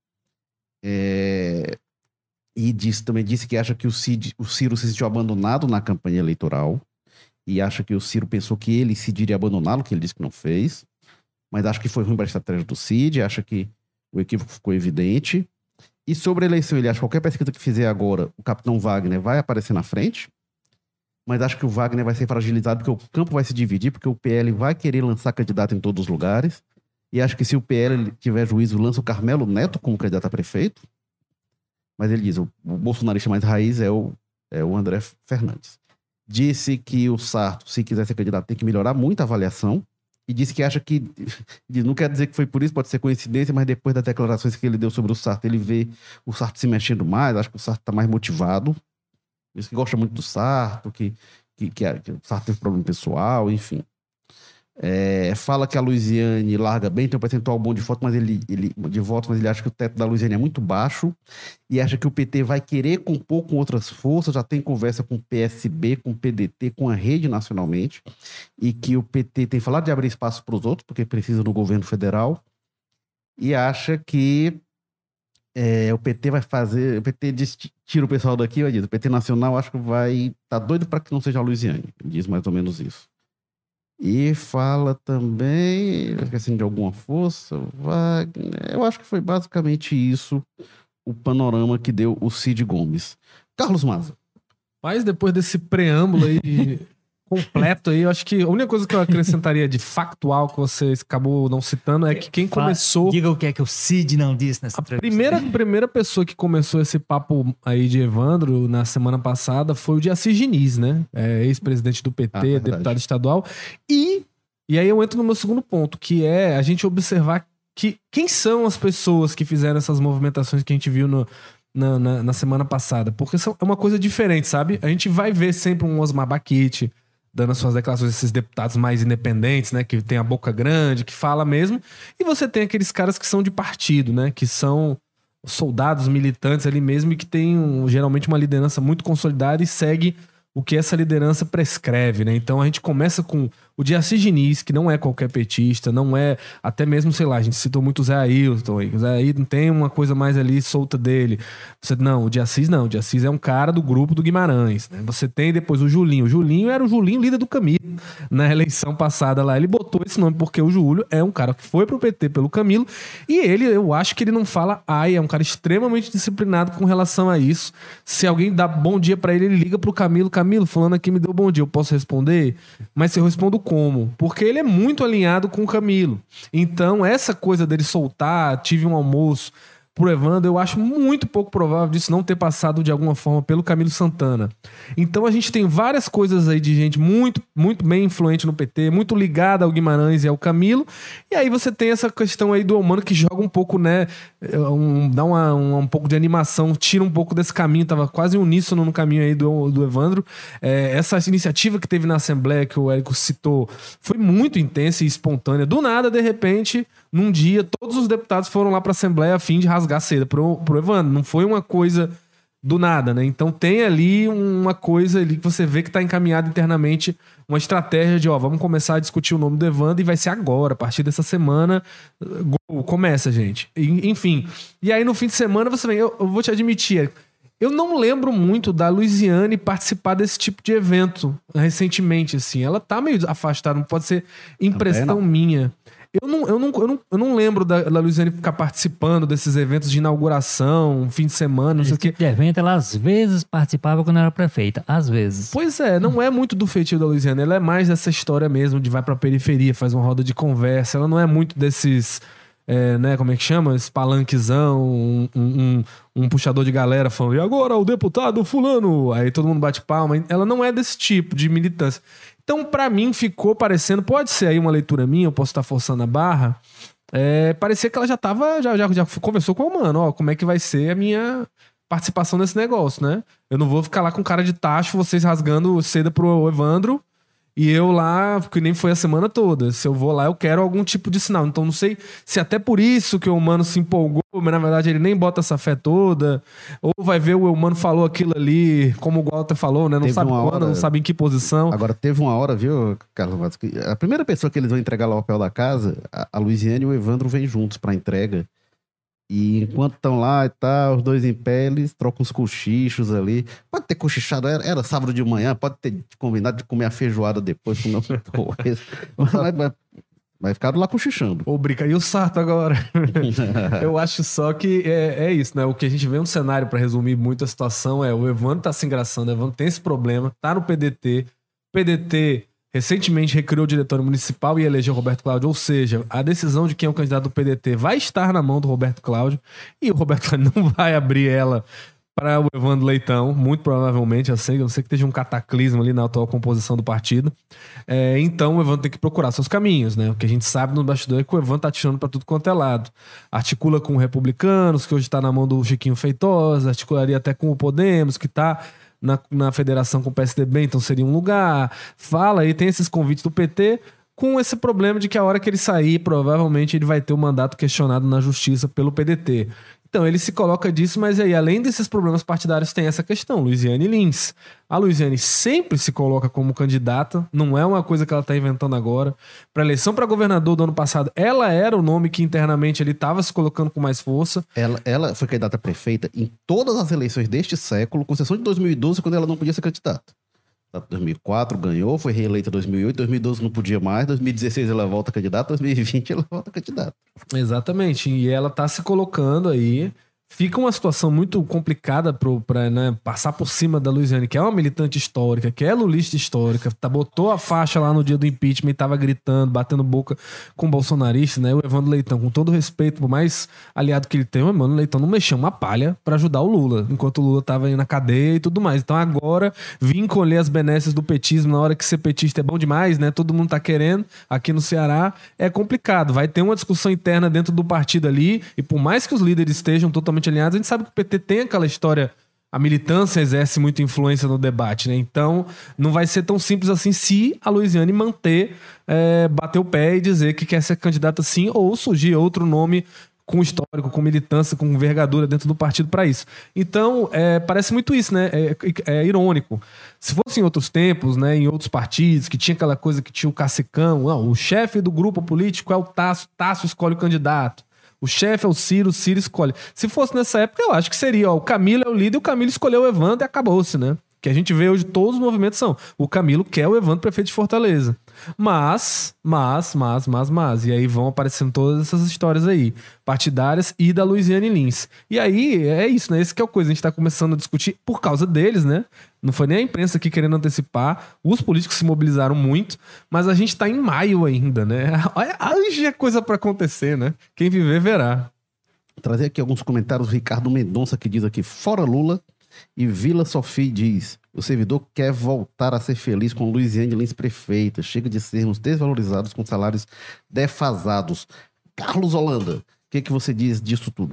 É... E disse, também disse que acha que o, Cid, o Ciro se sentiu abandonado na campanha eleitoral. E acha que o Ciro pensou que ele Cid iria abandoná-lo, que ele disse que não fez. Mas acha que foi ruim para a estratégia do Cid, acha que o equívoco ficou evidente. E sobre a eleição, ele acha que qualquer pesquisa que fizer agora, o capitão Wagner vai aparecer na frente. mas acho que o Wagner vai ser fragilizado porque o campo vai se dividir, porque o P L vai querer lançar candidato em todos os lugares. E acho que se o P L tiver juízo, lança o Carmelo Neto como candidato a prefeito. Mas ele diz, o, o bolsonarista mais raiz é o, é o André Fernandes. Disse que o Sarto, se quiser ser candidato, tem que melhorar muito a avaliação. E disse que acha que, não quer dizer que foi por isso, pode ser coincidência, mas depois das declarações que ele deu sobre o Sarto, ele vê o Sarto se mexendo mais, acho que o Sarto está mais motivado. Diz que gosta muito do Sarto, que, que, que, que o Sarto teve problema pessoal, enfim. É, fala que a Luiziane larga bem, tem um percentual bom de votos, mas ele, ele, de votos, mas ele acha que o teto da Luiziane é muito baixo e acha que o P T vai querer compor com outras forças, já tem conversa com o P S B, com o P D T, com a rede nacionalmente, e que o P T tem falado de abrir espaço para os outros, porque precisa no governo federal, e acha que é, o P T vai fazer, o P T diz, tira o pessoal daqui, vai dizer, o P T nacional acho que vai, tá doido para que não seja a Luiziane, diz mais ou menos isso. E fala também, esquecendo de alguma força, Wagner. Eu acho que foi basicamente isso o panorama que deu o Cid Gomes. Carlos Maza. Mas depois desse preâmbulo aí completo aí, eu acho que a única coisa que eu acrescentaria de factual que você acabou não citando é que quem começou... Diga o que é que o Cid não disse nessa A entrevista. primeira, primeira pessoa que começou esse papo aí de Evandro na semana passada foi o Diacis Diniz, né? É, ex-presidente do P T, Ah, deputado estadual. E, e aí eu entro no meu segundo ponto, que é a gente observar que quem são as pessoas que fizeram essas movimentações que a gente viu no, na, na, na semana passada. Porque são, é uma coisa diferente, sabe? A gente vai ver sempre um Osmar Baquite dando as suas declarações, esses deputados mais independentes, né, que tem a boca grande, que fala mesmo, e você tem aqueles caras que são de partido, né, que são soldados militantes ali mesmo e que tem um, geralmente uma liderança muito consolidada e segue o que essa liderança prescreve, né? Então a gente começa com o Diacis Diniz, que não é qualquer petista, não é, até mesmo, sei lá, a gente citou muito o Zé Ailton, o Zé Ailton tem uma coisa mais ali solta dele. Você, não, o Diacis não, o Diacis é um cara do grupo do Guimarães, né? Você tem depois o Julinho, o Julinho era o Julinho líder do Camilo na eleição passada lá, ele botou esse nome porque o Júlio é um cara que foi pro P T pelo Camilo e ele, eu acho que ele não fala ai, é um cara extremamente disciplinado com relação a isso. Se alguém dá bom dia pra ele, ele liga pro Camilo, Camilo, fulano aqui me deu bom dia, eu posso responder? Mas eu respondo como? Porque ele é muito alinhado com o Camilo. Então, essa coisa dele soltar, tive um almoço pro Evandro, eu acho muito pouco provável disso não ter passado de alguma forma pelo Camilo Santana. Então, a gente tem várias coisas aí de gente muito, muito bem influente no P T, muito ligada ao Guimarães e ao Camilo. E aí você tem essa questão aí do Eumano que joga um pouco, né, um, dá uma, um, um pouco de animação, tira um pouco desse caminho, tava quase uníssono no caminho aí do, do Evandro. É, essa iniciativa que teve na Assembleia, que o Érico citou, foi muito intensa e espontânea. Do nada, de repente, num dia, todos os deputados foram lá pra Assembleia a fim de rasgar seda pro, pro Evandro. Não foi uma coisa do nada, né? Então tem ali uma coisa ali que você vê que tá encaminhada internamente, uma estratégia de, ó, vamos começar a discutir o nome do Evandro e vai ser agora, a partir dessa semana, começa, gente. E, enfim. E aí no fim de semana você vem, eu, eu vou te admitir, eu não lembro muito da Luiziane participar desse tipo de evento recentemente, assim. Ela tá meio afastada, não pode ser impressão minha. Eu não, eu, não, eu, não, eu não lembro da, da Luiziane ficar participando desses eventos de inauguração, fim de semana, não sei o quê. Esse tipo de evento, ela às vezes participava quando era prefeita. Às vezes. Pois é, não é muito do feitio da Luiziane. Ela é mais dessa história mesmo de vai pra periferia, faz uma roda de conversa. Ela não é muito desses... É, né, como é que chama? Esse palanquezão, um, um, um, um puxador de galera falando, e agora o deputado fulano? Aí todo mundo bate palma. Ela não é desse tipo de militância. Então, pra mim, ficou parecendo, pode ser aí uma leitura minha, eu posso estar forçando a barra, é, parecia que ela já tava, já, já, já conversou com o mano, ó, como é que vai ser a minha participação nesse negócio, né? Eu não vou ficar lá com cara de tacho, vocês rasgando seda pro Evandro, e eu lá, que nem foi a semana toda. Se eu vou lá, eu quero algum tipo de sinal. Então não sei se até por isso que o Eumano se empolgou, mas na verdade ele nem bota essa fé toda. Ou vai ver o Eumano falou aquilo ali, como o Walter falou, né? Não Teve sabe uma quando, hora- não sabe em que posição. Agora, teve uma hora, viu, Carlos Matos, que a primeira pessoa que eles vão entregar lá o papel da casa, a, a Luiziane e o Evandro vêm juntos pra entrega. E enquanto estão lá e tal, os dois em pé, eles trocam uns cochichos ali. Pode ter cochichado, era, era sábado de manhã, pode ter combinado de comer a feijoada depois, comer outra coisa. Mas, mas Vai ficar lá cochichando. Ô, brinca, e o Sarto agora? Eu acho só que é, é isso, né? O que a gente vê no cenário, pra resumir muito a situação, é o Evandro tá se engraçando, o Evandro tem esse problema, tá no P D T. O P D T recentemente recriou o diretório municipal e elegeu o Roberto Cláudio, ou seja, a decisão de quem é o candidato do P D T vai estar na mão do Roberto Cláudio e o Roberto Cláudio não vai abrir ela para o Evandro Leitão, muito provavelmente, eu sei, eu sei que esteja um cataclismo ali na atual composição do partido. É, então o Evandro tem que procurar seus caminhos, né? O que a gente sabe no bastidor é que o Evandro tá tirando para tudo quanto é lado. Articula com republicanos, que hoje está na mão do Chiquinho Feitosa, articularia até com o Podemos, que tá na, na federação com o P S D B, então seria um lugar. Fala aí, tem esses convites do P T, com esse problema de que a hora que ele sair, provavelmente ele vai ter o mandato questionado na justiça pelo P D T. Então, ele se coloca disso, mas aí, além desses problemas partidários, tem essa questão, Luiziane Lins. A Luiziane sempre se coloca como candidata, não é uma coisa que ela está inventando agora. Para a eleição para governador do ano passado, ela era o nome que internamente ele estava se colocando com mais força. Ela, ela foi candidata a prefeita em todas as eleições deste século, com exceção de dois mil e doze, quando ela não podia ser candidata. dois mil e quatro ganhou, foi reeleita em dois mil e oito, dois mil e doze não podia mais, dois mil e dezesseis ela volta candidata, dois mil e vinte ela volta candidata. Exatamente, e ela tá se colocando aí. Fica uma situação muito complicada para, né, passar por cima da Luiziane, que é uma militante histórica, que é lulista histórica, tá, botou a faixa lá no dia do impeachment e tava gritando, batendo boca com bolsonaristas, né? O Evandro Leitão, com todo respeito, por mais aliado que ele tem, o Evandro Leitão não mexeu uma palha para ajudar o Lula, enquanto o Lula tava aí na cadeia e tudo mais. Então agora, vim colher as benesses do petismo na hora que ser petista é bom demais, né? Todo mundo tá querendo, aqui no Ceará é complicado. Vai ter uma discussão interna dentro do partido ali, e por mais que os líderes estejam totalmente alinhados, a gente sabe que o P T tem aquela história, a militância exerce muita influência no debate, né? Então não vai ser tão simples assim se a Luiziane manter, é, bater o pé e dizer que quer ser candidata sim, ou surgir outro nome com histórico, com militância, com envergadura dentro do partido para isso. Então, é, parece muito isso, né? É, é, é irônico. Se fosse em outros tempos, né, em outros partidos, que tinha aquela coisa que tinha o cacicão, não, o chefe do grupo político é o Tasso, Tasso escolhe o candidato. O chefe é o Ciro, o Ciro escolhe. Se fosse nessa época, eu acho que seria, ó, o Camilo é o líder, o Camilo escolheu o Evandro e acabou-se, né? Que a gente vê hoje, todos os movimentos são, o Camilo quer o Evandro prefeito de Fortaleza. Mas, mas, mas, mas, mas, e aí vão aparecendo todas essas histórias aí, partidárias e da Luiziane Lins. E aí, é isso, né? Esse que é a coisa, a gente tá começando a discutir por causa deles, né? Não foi nem a imprensa aqui querendo antecipar, os políticos se mobilizaram muito, mas a gente tá em maio ainda, né? Hoje é coisa pra acontecer, né? Quem viver, verá. Trazer aqui alguns comentários, o Ricardo Mendonça que diz aqui, fora Lula, e Vila Sofia diz, o servidor quer voltar a ser feliz com Luiziane Lins prefeita, chega de sermos desvalorizados com salários defasados. Carlos Holanda, o que, que você diz disso tudo?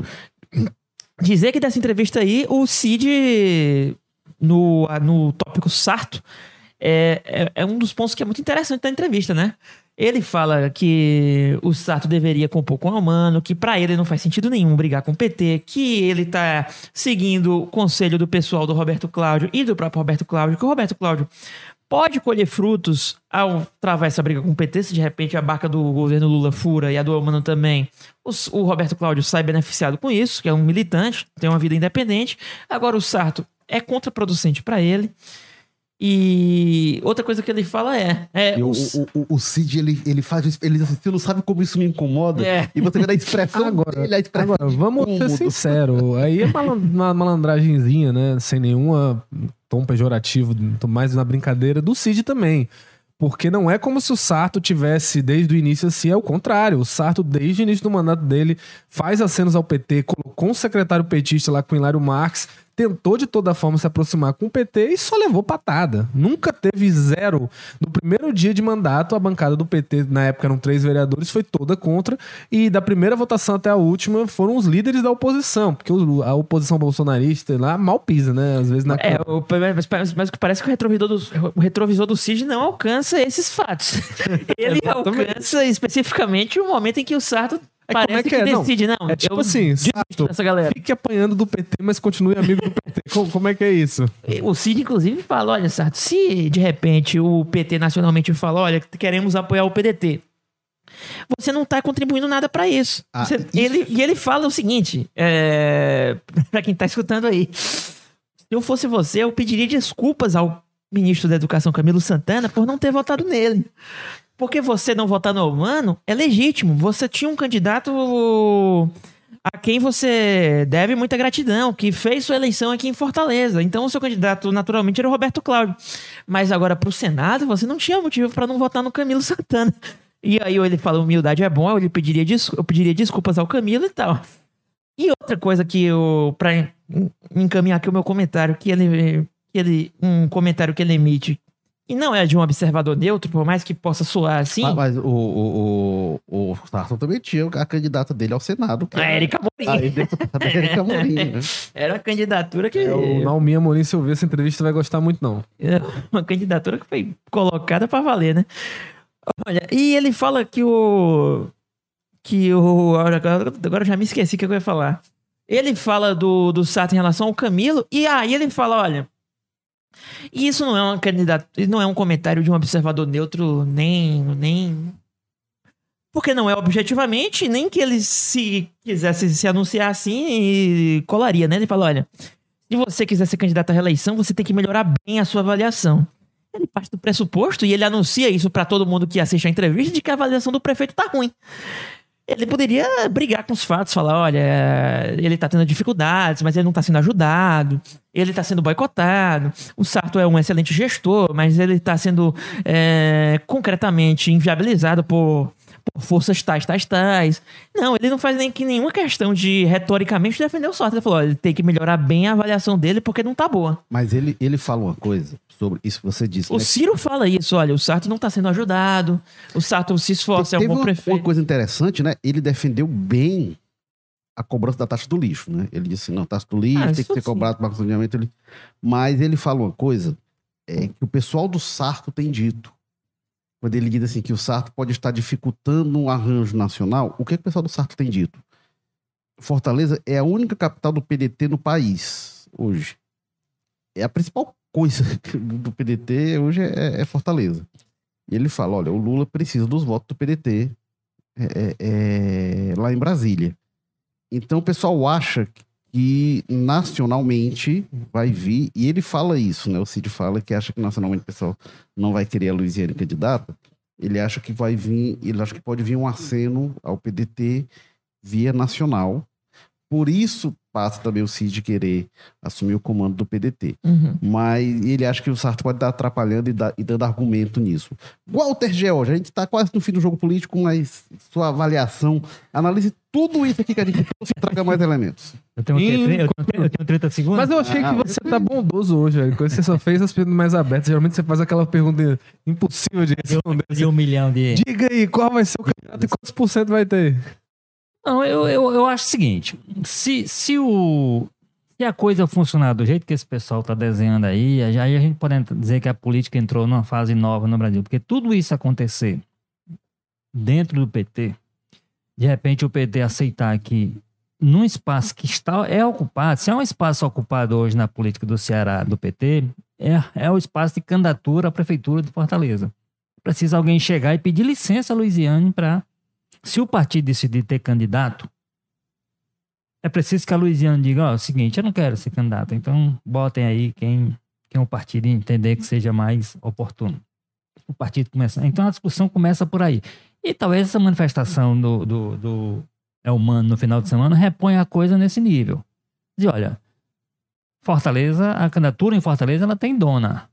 Dizer que dessa entrevista aí, o Cid, no, no tópico Sarto, é, é, é um dos pontos que é muito interessante da entrevista, né? Ele fala que o Sarto deveria compor com o Almano, que pra ele não faz sentido nenhum brigar com o P T, que ele tá seguindo o conselho do pessoal do Roberto Cláudio e do próprio Roberto Cláudio, que o Roberto Cláudio pode colher frutos ao travar essa briga com o P T, se de repente a barca do governo Lula fura e a do Almano também, o, o Roberto Cláudio sai beneficiado com isso, que é um militante, tem uma vida independente. Agora o Sarto é contraproducente pra ele. E outra coisa que ele fala é... é o, os... o, o, o Cid, ele, ele faz isso, ele você não sabe como isso me incomoda. É. E você vê a expressão agora, dele, a expressão agora, vamos ser sinceros. Aí é uma malandragenzinha, né? Sem nenhuma tom pejorativo, mais uma brincadeira do Cid também. Porque não é como se o Sarto tivesse desde o início assim, é o contrário. O Sarto, desde o início do mandato dele, faz acenos ao P T, colocou um secretário petista lá com o Hilário Marques, tentou de toda forma se aproximar com o P T e só levou patada. Nunca teve zero. No primeiro dia de mandato, a bancada do P T, na época eram três vereadores, foi toda contra. E da primeira votação até a última, foram os líderes da oposição. Porque a oposição bolsonarista lá mal pisa, né? Às vezes na É, o, mas, mas o que parece que o retrovisor, do, o retrovisor do Cid não alcança esses fatos. Ele alcança especificamente o momento em que o Sarto... É, parece como é que, que, é? decide, não. não é tipo eu assim, Sarto, dessa galera. fique apanhando do P T, mas continue amigo do P T. Como, como é que é isso? O Cid, inclusive, fala, olha, Sarto, se de repente o P T nacionalmente fala, olha, queremos apoiar o P D T, você não tá contribuindo nada pra isso. Ah, Você, isso. Ele, e ele fala o seguinte, é, pra quem tá escutando aí, se eu fosse você, eu pediria desculpas ao ministro da Educação, Camilo Santana, por não ter votado nele. Porque você não votar no Elmano é legítimo. Você tinha um candidato a quem você deve muita gratidão, que fez sua eleição aqui em Fortaleza. Então o seu candidato naturalmente era o Roberto Cláudio. Mas agora pro Senado você não tinha motivo para não votar no Camilo Santana. E aí ele fala, humildade é bom, eu pediria, des- eu pediria desculpas ao Camilo e tal. E outra coisa que eu, pra encaminhar aqui o meu comentário, que ele, que ele, um comentário que ele emite, e não é de um observador neutro, por mais que possa soar assim. Mas, mas o, o, o, o Sarton também tinha a candidata dele ao Senado. Que A era Érica Amorim. a deputada Érica Amorim, né? Era uma candidatura que... É, o Naomi Amorim, se ouvir essa entrevista, vai gostar muito, não. É uma candidatura que foi colocada pra valer, né? Olha, e ele fala que o... Que o... Agora agora eu já me esqueci o que eu ia falar. Ele fala do, do Sarto em relação ao Camilo, e aí ele fala, olha... E isso não é uma candidatura, não é um comentário de um observador neutro, nem... nem... Porque não é objetivamente, nem que ele se quisesse se anunciar assim e colaria, né? Ele fala, olha, se você quiser ser candidato à reeleição, você tem que melhorar bem a sua avaliação. Ele parte do pressuposto e ele anuncia isso pra todo mundo que assiste a entrevista de que a avaliação do prefeito tá ruim. Ele poderia brigar com os fatos, falar, olha, ele tá tendo dificuldades, mas ele não tá sendo ajudado, ele tá sendo boicotado, o Sarto é um excelente gestor, mas ele tá sendo é, concretamente inviabilizado por, por forças tais, tais, tais. Não, ele não faz nem que nenhuma questão de retoricamente defender o Sarto. Ele falou, olha, ele tem que melhorar bem a avaliação dele porque não tá boa. Mas ele, ele fala uma coisa sobre isso que você disse. O né? Ciro fala isso, olha, o Sarto não tá sendo ajudado, o Sarto se esforça, é um Teve bom uma, prefeito. uma coisa interessante, né? Ele defendeu bem a cobrança da taxa do lixo, né? Ele disse, não, taxa do lixo Ah, tem que isso ser sim. cobrado para saneamento. Ele... Mas ele fala uma coisa é, que o pessoal do Sarto tem dito. Quando ele diz assim que o Sarto pode estar dificultando um arranjo nacional, o que, é que o pessoal do Sarto tem dito? Fortaleza é a única capital do P D T no país hoje. É a principal coisa do P D T hoje é, é Fortaleza. E ele fala, olha, o Lula precisa dos votos do P D T é, é, é, lá em Brasília. Então o pessoal acha que nacionalmente vai vir, e ele fala isso, né? O Cid fala que acha que nacionalmente o pessoal não vai querer a Luiziane candidata. Ele acha que vai vir, ele acha que pode vir um aceno ao P D T via nacional. Por isso passa também o Cid querer assumir o comando do P D T. Uhum. Mas ele acha que o Sarto pode estar atrapalhando e, dar, e dando argumento nisso. Walter George, a gente está quase no fim do jogo político, mas sua avaliação, analise tudo isso aqui que a gente trouxe e traga mais elementos. Eu tenho, o quê? Ih, Tre- eu tenho, eu tenho trinta segundos? Mas eu achei Ah, que você tá bondoso hoje, velho. Quando você só fez as perguntas mais abertas, geralmente você faz aquela pergunta impossível de responder. De um milhão de... Diga aí, qual vai ser o candidato e quantos por cento vai ter? Não, eu, eu, eu acho o seguinte, se, se, o, se a coisa funcionar do jeito que esse pessoal está desenhando aí, aí a gente pode dizer que a política entrou numa fase nova no Brasil, porque tudo isso acontecer dentro do P T, de repente o P T aceitar que num espaço que está, é ocupado, se é um espaço ocupado hoje na política do Ceará, do P T, é, é o espaço de candidatura à prefeitura de Fortaleza. Precisa alguém chegar e pedir licença a Luiziane para... Se o partido decidir ter candidato, é preciso que a Luiziane diga, ó, é o seguinte, eu não quero ser candidato, então botem aí quem, quem o partido entender que seja mais oportuno. O partido começa... Então a discussão começa por aí. E talvez essa manifestação do, do, do Elmano no final de semana reponha a coisa nesse nível. Diz, olha, Fortaleza, a candidatura em Fortaleza, ela tem dona,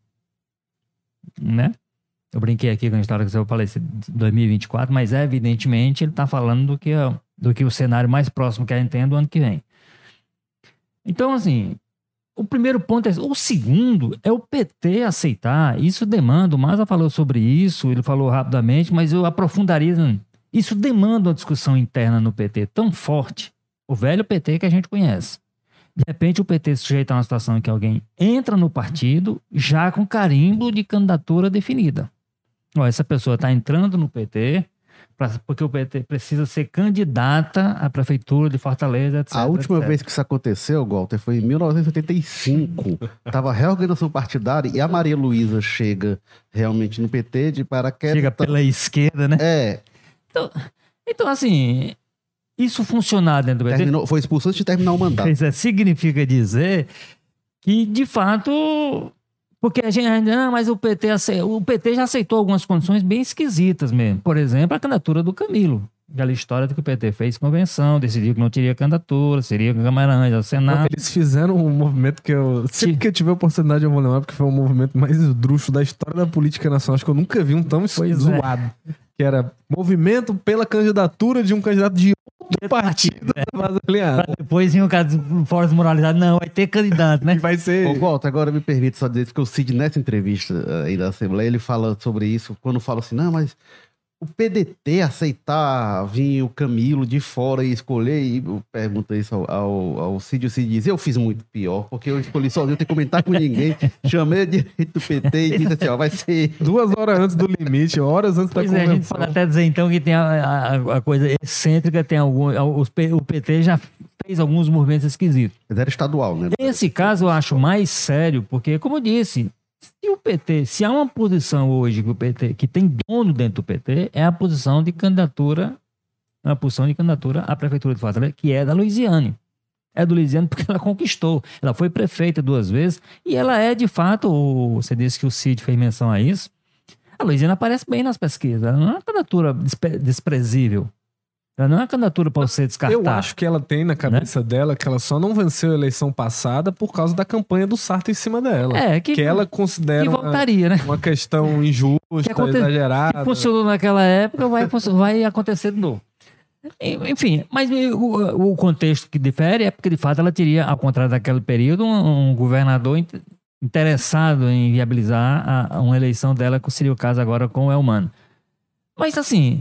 né? Eu brinquei aqui com a história que eu falei, dois mil e vinte e quatro, mas é, evidentemente ele está falando do que, do que o cenário mais próximo que a gente tem do ano que vem. Então, assim, o primeiro ponto é... O segundo é o P T aceitar. Isso demanda, o Maza falou sobre isso, ele falou rapidamente, mas eu aprofundaria. Isso demanda uma discussão interna no P T tão forte. O velho P T que a gente conhece. De repente o P T se sujeita a uma situação em que alguém entra no partido já com carimbo de candidatura definida. Ó, essa pessoa está entrando no P T pra, porque o P T precisa ser candidata à prefeitura de Fortaleza, etcétera. A última etcétera. vez que isso aconteceu, Walter, foi em mil novecentos e oitenta e cinco. Tava a reorganização partidária e a Maria Luísa chega realmente no P T de paraquedas. Chega pela esquerda, né? É, Então, então, assim, isso funcionar dentro do P T terminou, foi expulso antes de terminar o mandato. isso significa dizer que, de fato, Porque a gente, não, mas o P T, ace- o P T já aceitou algumas condições bem esquisitas mesmo. Por exemplo, a candidatura do Camilo. Aquela história de que o P T fez convenção, decidiu que não teria candidatura, seria Camarões ao Senado. Eles fizeram um movimento que eu... Sempre que eu tiver a oportunidade eu vou lembrar, porque foi o movimento mais esdrúxulo da história da política nacional. Acho que eu nunca vi um tão Pois zoado. Que era movimento pela candidatura de um candidato de outro partido né? da base aliada. Depois vinha o caso do Fórum Moralidade, não, vai ter candidato, né? E vai ser... Ô, Walter, agora me permite só dizer isso, porque o Cid, nessa entrevista aí da Assembleia, ele fala sobre isso, quando fala assim, não, mas o P D T aceitar vir o Camilo de fora e escolher, e pergunta isso ao, ao, ao Cid, o Cid diz, eu fiz muito pior, porque eu escolhi sozinho, eu tenho que comentar com ninguém, chamei a direita do P T e disse assim, ó, vai ser... Duas horas antes do limite, horas antes Pois da é, a gente convenção. pode até dizer então que tem a, a, a coisa excêntrica, tem algum, os P- o P T já fez alguns movimentos esquisitos. Mas era estadual, né? Nesse caso eu acho mais sério, porque, como eu disse, se o P T, se há uma posição hoje que o P T, que tem dono dentro do P T, é a posição de candidatura, é a posição de candidatura à prefeitura de Fortaleza, que é da Luiziane. É do Luiziane porque ela conquistou. Ela foi prefeita duas vezes e ela é, de fato, o- você disse que o Cid fez menção a isso, a Luiziane aparece bem nas pesquisas. Ela não é uma candidatura despe- desprezível. Ela não é uma candidatura para você descartar. Eu acho que ela tem na cabeça dela que ela só não venceu a eleição passada por causa da campanha do Sarto em cima dela. É, que, que ela que considera uma, voltaria, né? uma questão injusta, Que aconte- exagerada. Que funcionou naquela época, vai, funcio- vai acontecer de novo. E- Enfim, mas o, o contexto que difere é porque, de fato, ela teria, ao contrário daquele período, um, um governador in- interessado em viabilizar a, a uma eleição dela, que seria o caso agora com o Elmano. Mas, assim,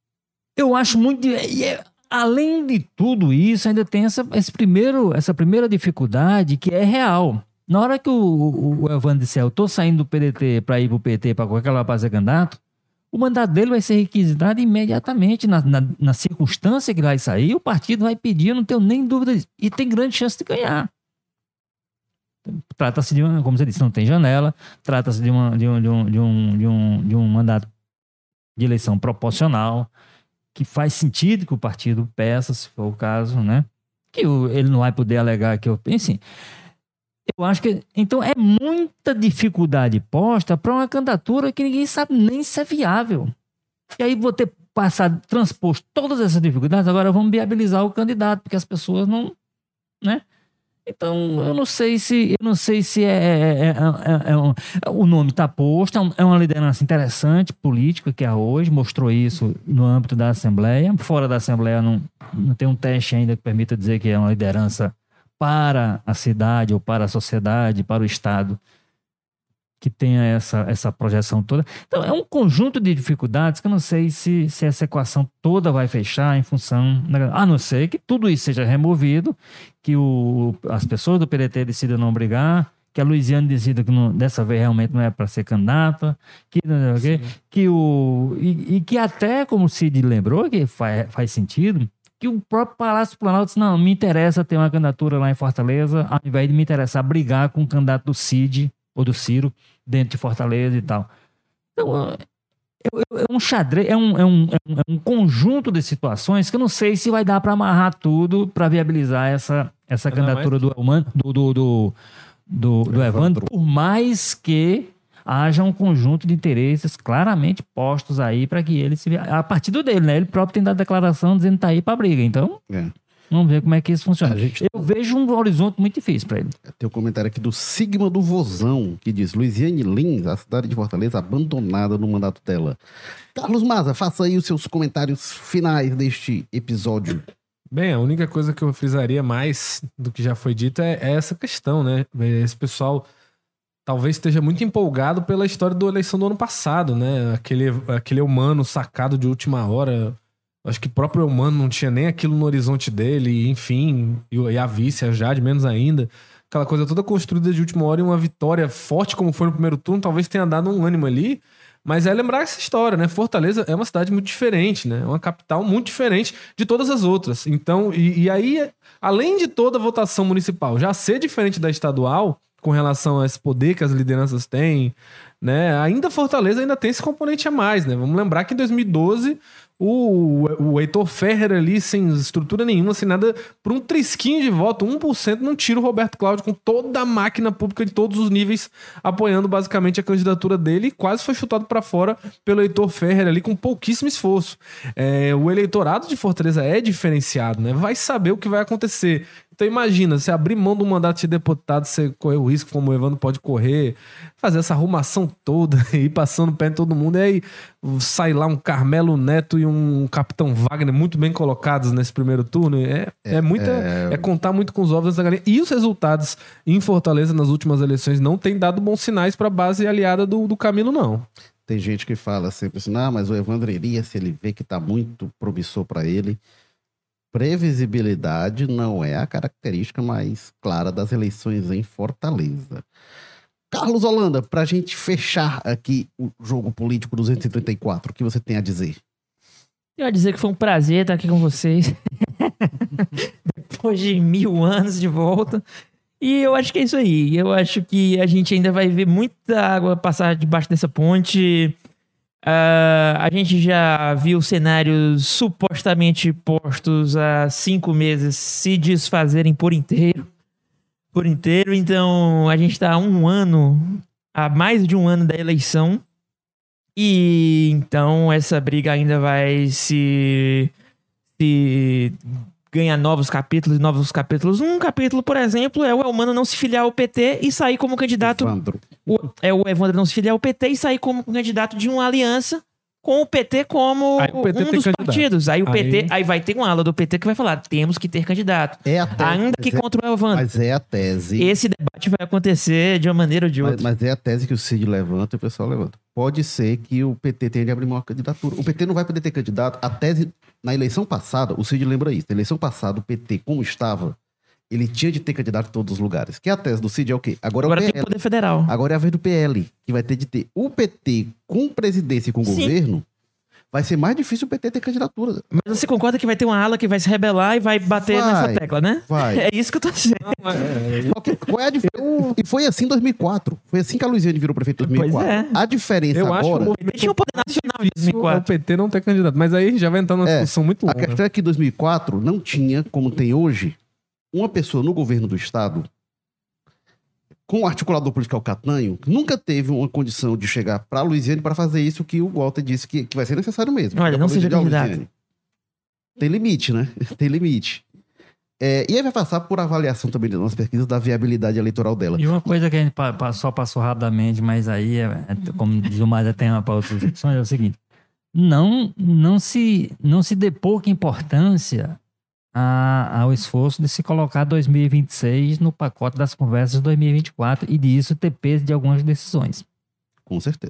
eu acho muito... di- e é- além de tudo isso, ainda tem essa, esse primeiro, essa primeira dificuldade que é real. Na hora que o, o, o Evandro disse, eu tô saindo do P D T para ir pro P T, para qualquer lugar para ser candidato, o mandato dele vai ser requisitado imediatamente. Na, na, na circunstância que ele vai sair, o partido vai pedir, eu não tenho nem dúvida disso. E tem grande chance de ganhar. Trata-se de uma, como você disse, não tem janela, trata-se de, uma, de, um, de, um, de, um, de, um, de um mandato de eleição proporcional, que faz sentido que o partido peça, se for o caso, né? Que o, ele não vai poder alegar que eu... Enfim, eu acho que... Então, é muita dificuldade posta para uma candidatura que ninguém sabe nem se é viável. E aí vou ter passado, transposto todas essas dificuldades, agora vamos viabilizar o candidato, porque as pessoas não... né? Então, eu não sei se, eu não sei se é, é, é, é, é um, o nome está posto, é, um, é uma liderança interessante, política, que é hoje, mostrou isso no âmbito da Assembleia. Fora da Assembleia não, não tem um teste ainda que permita dizer que é uma liderança para a cidade ou para a sociedade, para o Estado, que tenha essa, essa projeção toda. Então, é um conjunto de dificuldades que eu não sei se, se essa equação toda vai fechar em função... A não ser que tudo isso seja removido, que o, as pessoas do P D T decidam não brigar, que a Luiziane decida que não, dessa vez realmente não é para ser candidata, que, não sei o quê, que o, e, e que até, como o Cid lembrou, que faz, faz sentido, que o próprio Palácio do Planalto disse, não, me interessa ter uma candidatura lá em Fortaleza, ao invés de me interessar brigar com o candidato do Cid ou do Ciro, dentro de Fortaleza e tal. Então, é, é um xadrez, é um, é, um, é, um, é um conjunto de situações que eu não sei se vai dar para amarrar tudo para viabilizar essa, essa candidatura do, Elman, do, do, do, do, do Evandro, por mais que haja um conjunto de interesses claramente postos aí para que ele se... A partir do dele, né? Ele próprio tem dado declaração dizendo que tá aí para briga. Então... É. Vamos ver como é que isso funciona. A gente- Eu vejo um horizonte muito difícil para ele. Tem um comentário aqui do Sigma do Vozão, que diz, Luiziane Lins, a cidade de Fortaleza, abandonada no mandato dela. Carlos Maza, faça aí os seus comentários finais deste episódio. Bem, a única coisa que eu frisaria mais do que já foi dito é, é essa questão, né? Esse pessoal talvez esteja muito empolgado pela história da eleição do ano passado, né? Aquele, aquele humano sacado de última hora. Acho que o próprio humano não tinha nem aquilo no horizonte dele, enfim, e a vice, a Jade, menos ainda. Aquela coisa toda construída de última hora e uma vitória forte como foi no primeiro turno, talvez tenha dado um ânimo ali. Mas é lembrar essa história, né? Fortaleza é uma cidade muito diferente, né? É uma capital muito diferente de todas as outras. Então, e, e aí, além de toda a votação municipal já ser diferente da estadual, com relação a esse poder que as lideranças têm, né? Ainda Fortaleza ainda tem esse componente a mais, né? Vamos lembrar que em dois mil e doze o, o Heitor Ferrer ali, sem estrutura nenhuma, sem nada, por um trisquinho de voto, um por cento, não tira o Roberto Cláudio com toda a máquina pública de todos os níveis apoiando basicamente a candidatura dele, e quase foi chutado para fora pelo Heitor Ferrer ali com pouquíssimo esforço. É, o eleitorado de Fortaleza é diferenciado, né? Vai saber o que vai acontecer. Então imagina, você abrir mão do mandato de deputado, você correr o risco, como o Evandro pode correr, fazer essa arrumação toda e ir passando perto de todo mundo, e aí sai lá um Carmelo Neto e um Capitão Wagner muito bem colocados nesse primeiro turno. É, é, é, muita, é... é contar muito com os ovos dessa galinha. E os resultados em Fortaleza nas últimas eleições não têm dado bons sinais para a base aliada do, do Camilo, não. Tem gente que fala sempre assim, ah, mas o Evandro iria se ele vê que tá muito promissor para ele. Previsibilidade não é a característica mais clara das eleições em Fortaleza. Carlos Holanda, para a gente fechar aqui o jogo político duzentos e trinta e quatro, o que você tem a dizer? Eu ia dizer que foi um prazer estar aqui com vocês. Depois de mil anos de volta. E eu acho que é isso aí. Eu acho que a gente ainda vai ver muita água passar debaixo dessa ponte. Uh, a gente já viu cenários supostamente postos há cinco meses se desfazerem por inteiro. Por inteiro. Então, a gente está há um ano, há mais de um ano da eleição. E então essa briga ainda vai se, se ganhar novos capítulos e novos capítulos. Um capítulo, por exemplo, é o Elmano não se filiar ao P T e sair como candidato... Evandro. O, é o Evandro não se filiar ao P T e sair como candidato de uma aliança com o P T como aí o P T um dos candidato. partidos. Aí o aí... P T, aí vai ter uma ala do P T que vai falar, temos que ter candidato. É a tese, ainda que é, contra o Evandro. Mas é a tese. Esse debate vai acontecer de uma maneira ou de outra. Mas, mas é a tese que o Cid levanta e o pessoal levanta. Pode ser que o P T tenha de abrir uma candidatura. O P T não vai poder ter candidato. A tese, na eleição passada, o Cid lembra isso. Na eleição passada, o P T, como estava, ele tinha de ter candidato em todos os lugares. Que a tese do Cid é o quê? Agora, Agora é o tem o poder federal. Agora é a vez do P L, que vai ter de ter. O P T com presidência e com Sim. governo, vai ser mais difícil o P T ter candidatura. Mas você concorda que vai ter uma ala que vai se rebelar e vai bater Vai, nessa tecla, né? vai. É isso que eu tô dizendo. Não, é, Qual, que- qual é a diferença? E foi assim em dois mil e quatro. Foi assim que a Luiziane virou prefeito em dois mil e quatro. Pois é. A diferença eu acho que agora... o Ele tinha um poder nacional em dois mil e o quatro. P T não ter candidato. Mas aí já vai entrar numa É, discussão muito A longa. questão é que em dois mil e quatro não tinha, como tem hoje, uma pessoa no governo do estado com o articulador político Catanho, nunca teve uma condição de chegar para a Luiziane para fazer isso que o Walter disse que, que vai ser necessário mesmo. Olha, Chegar não pra seja Luiziane, "Ó, candidato." Luiziane, tem limite, né? Tem limite. É, e aí vai passar por avaliação também das nossas pesquisas da viabilidade eleitoral dela. E uma coisa que a gente pa- pa- só passou rapidamente, mas aí, é, é, como diz o mais, é tema para outras discussões, é o seguinte: não, não, se, não se dê pouca importância a- ao esforço de se colocar dois mil e vinte e seis no pacote das conversas de dois mil e vinte e quatro e disso ter peso de algumas decisões. Com certeza.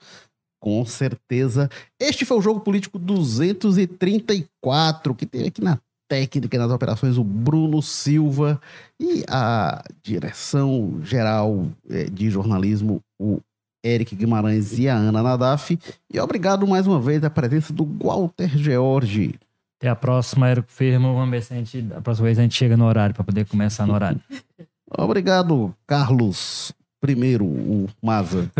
Com certeza. Este foi o Jogo Político duzentos e trinta e quatro, que teve aqui na técnica e nas operações o Bruno Silva e a direção geral eh, de jornalismo, o Eric Guimarães e a Ana Nadaf. E obrigado mais uma vez a presença do Walter George. Até a próxima, Érico Firmo. Vamos ver se a, gente, a próxima vez a gente chega no horário para poder começar no horário. Obrigado, Carlos. Primeiro, o Maza.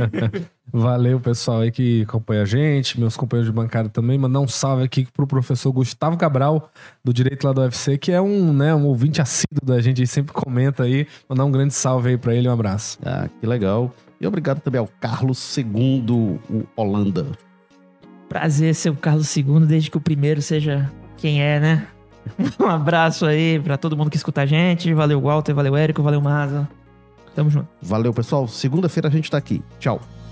Valeu, pessoal aí que acompanha a gente, meus companheiros de bancada também. Mandar um salve aqui pro professor Gustavo Cabral, do Direito lá do U F C, que é um, né, um ouvinte assíduo da gente, e sempre comenta aí. Mandar um grande salve aí pra ele, um abraço. Ah, que legal. E obrigado também ao Carlos segundo, o Holanda. Prazer ser o Carlos segundo, desde que o primeiro seja quem é, né? Um abraço aí pra todo mundo que escuta a gente. Valeu, Walter, valeu, Érico, valeu, Maza. Tamo junto. Valeu, pessoal. Segunda-feira a gente tá aqui. Tchau.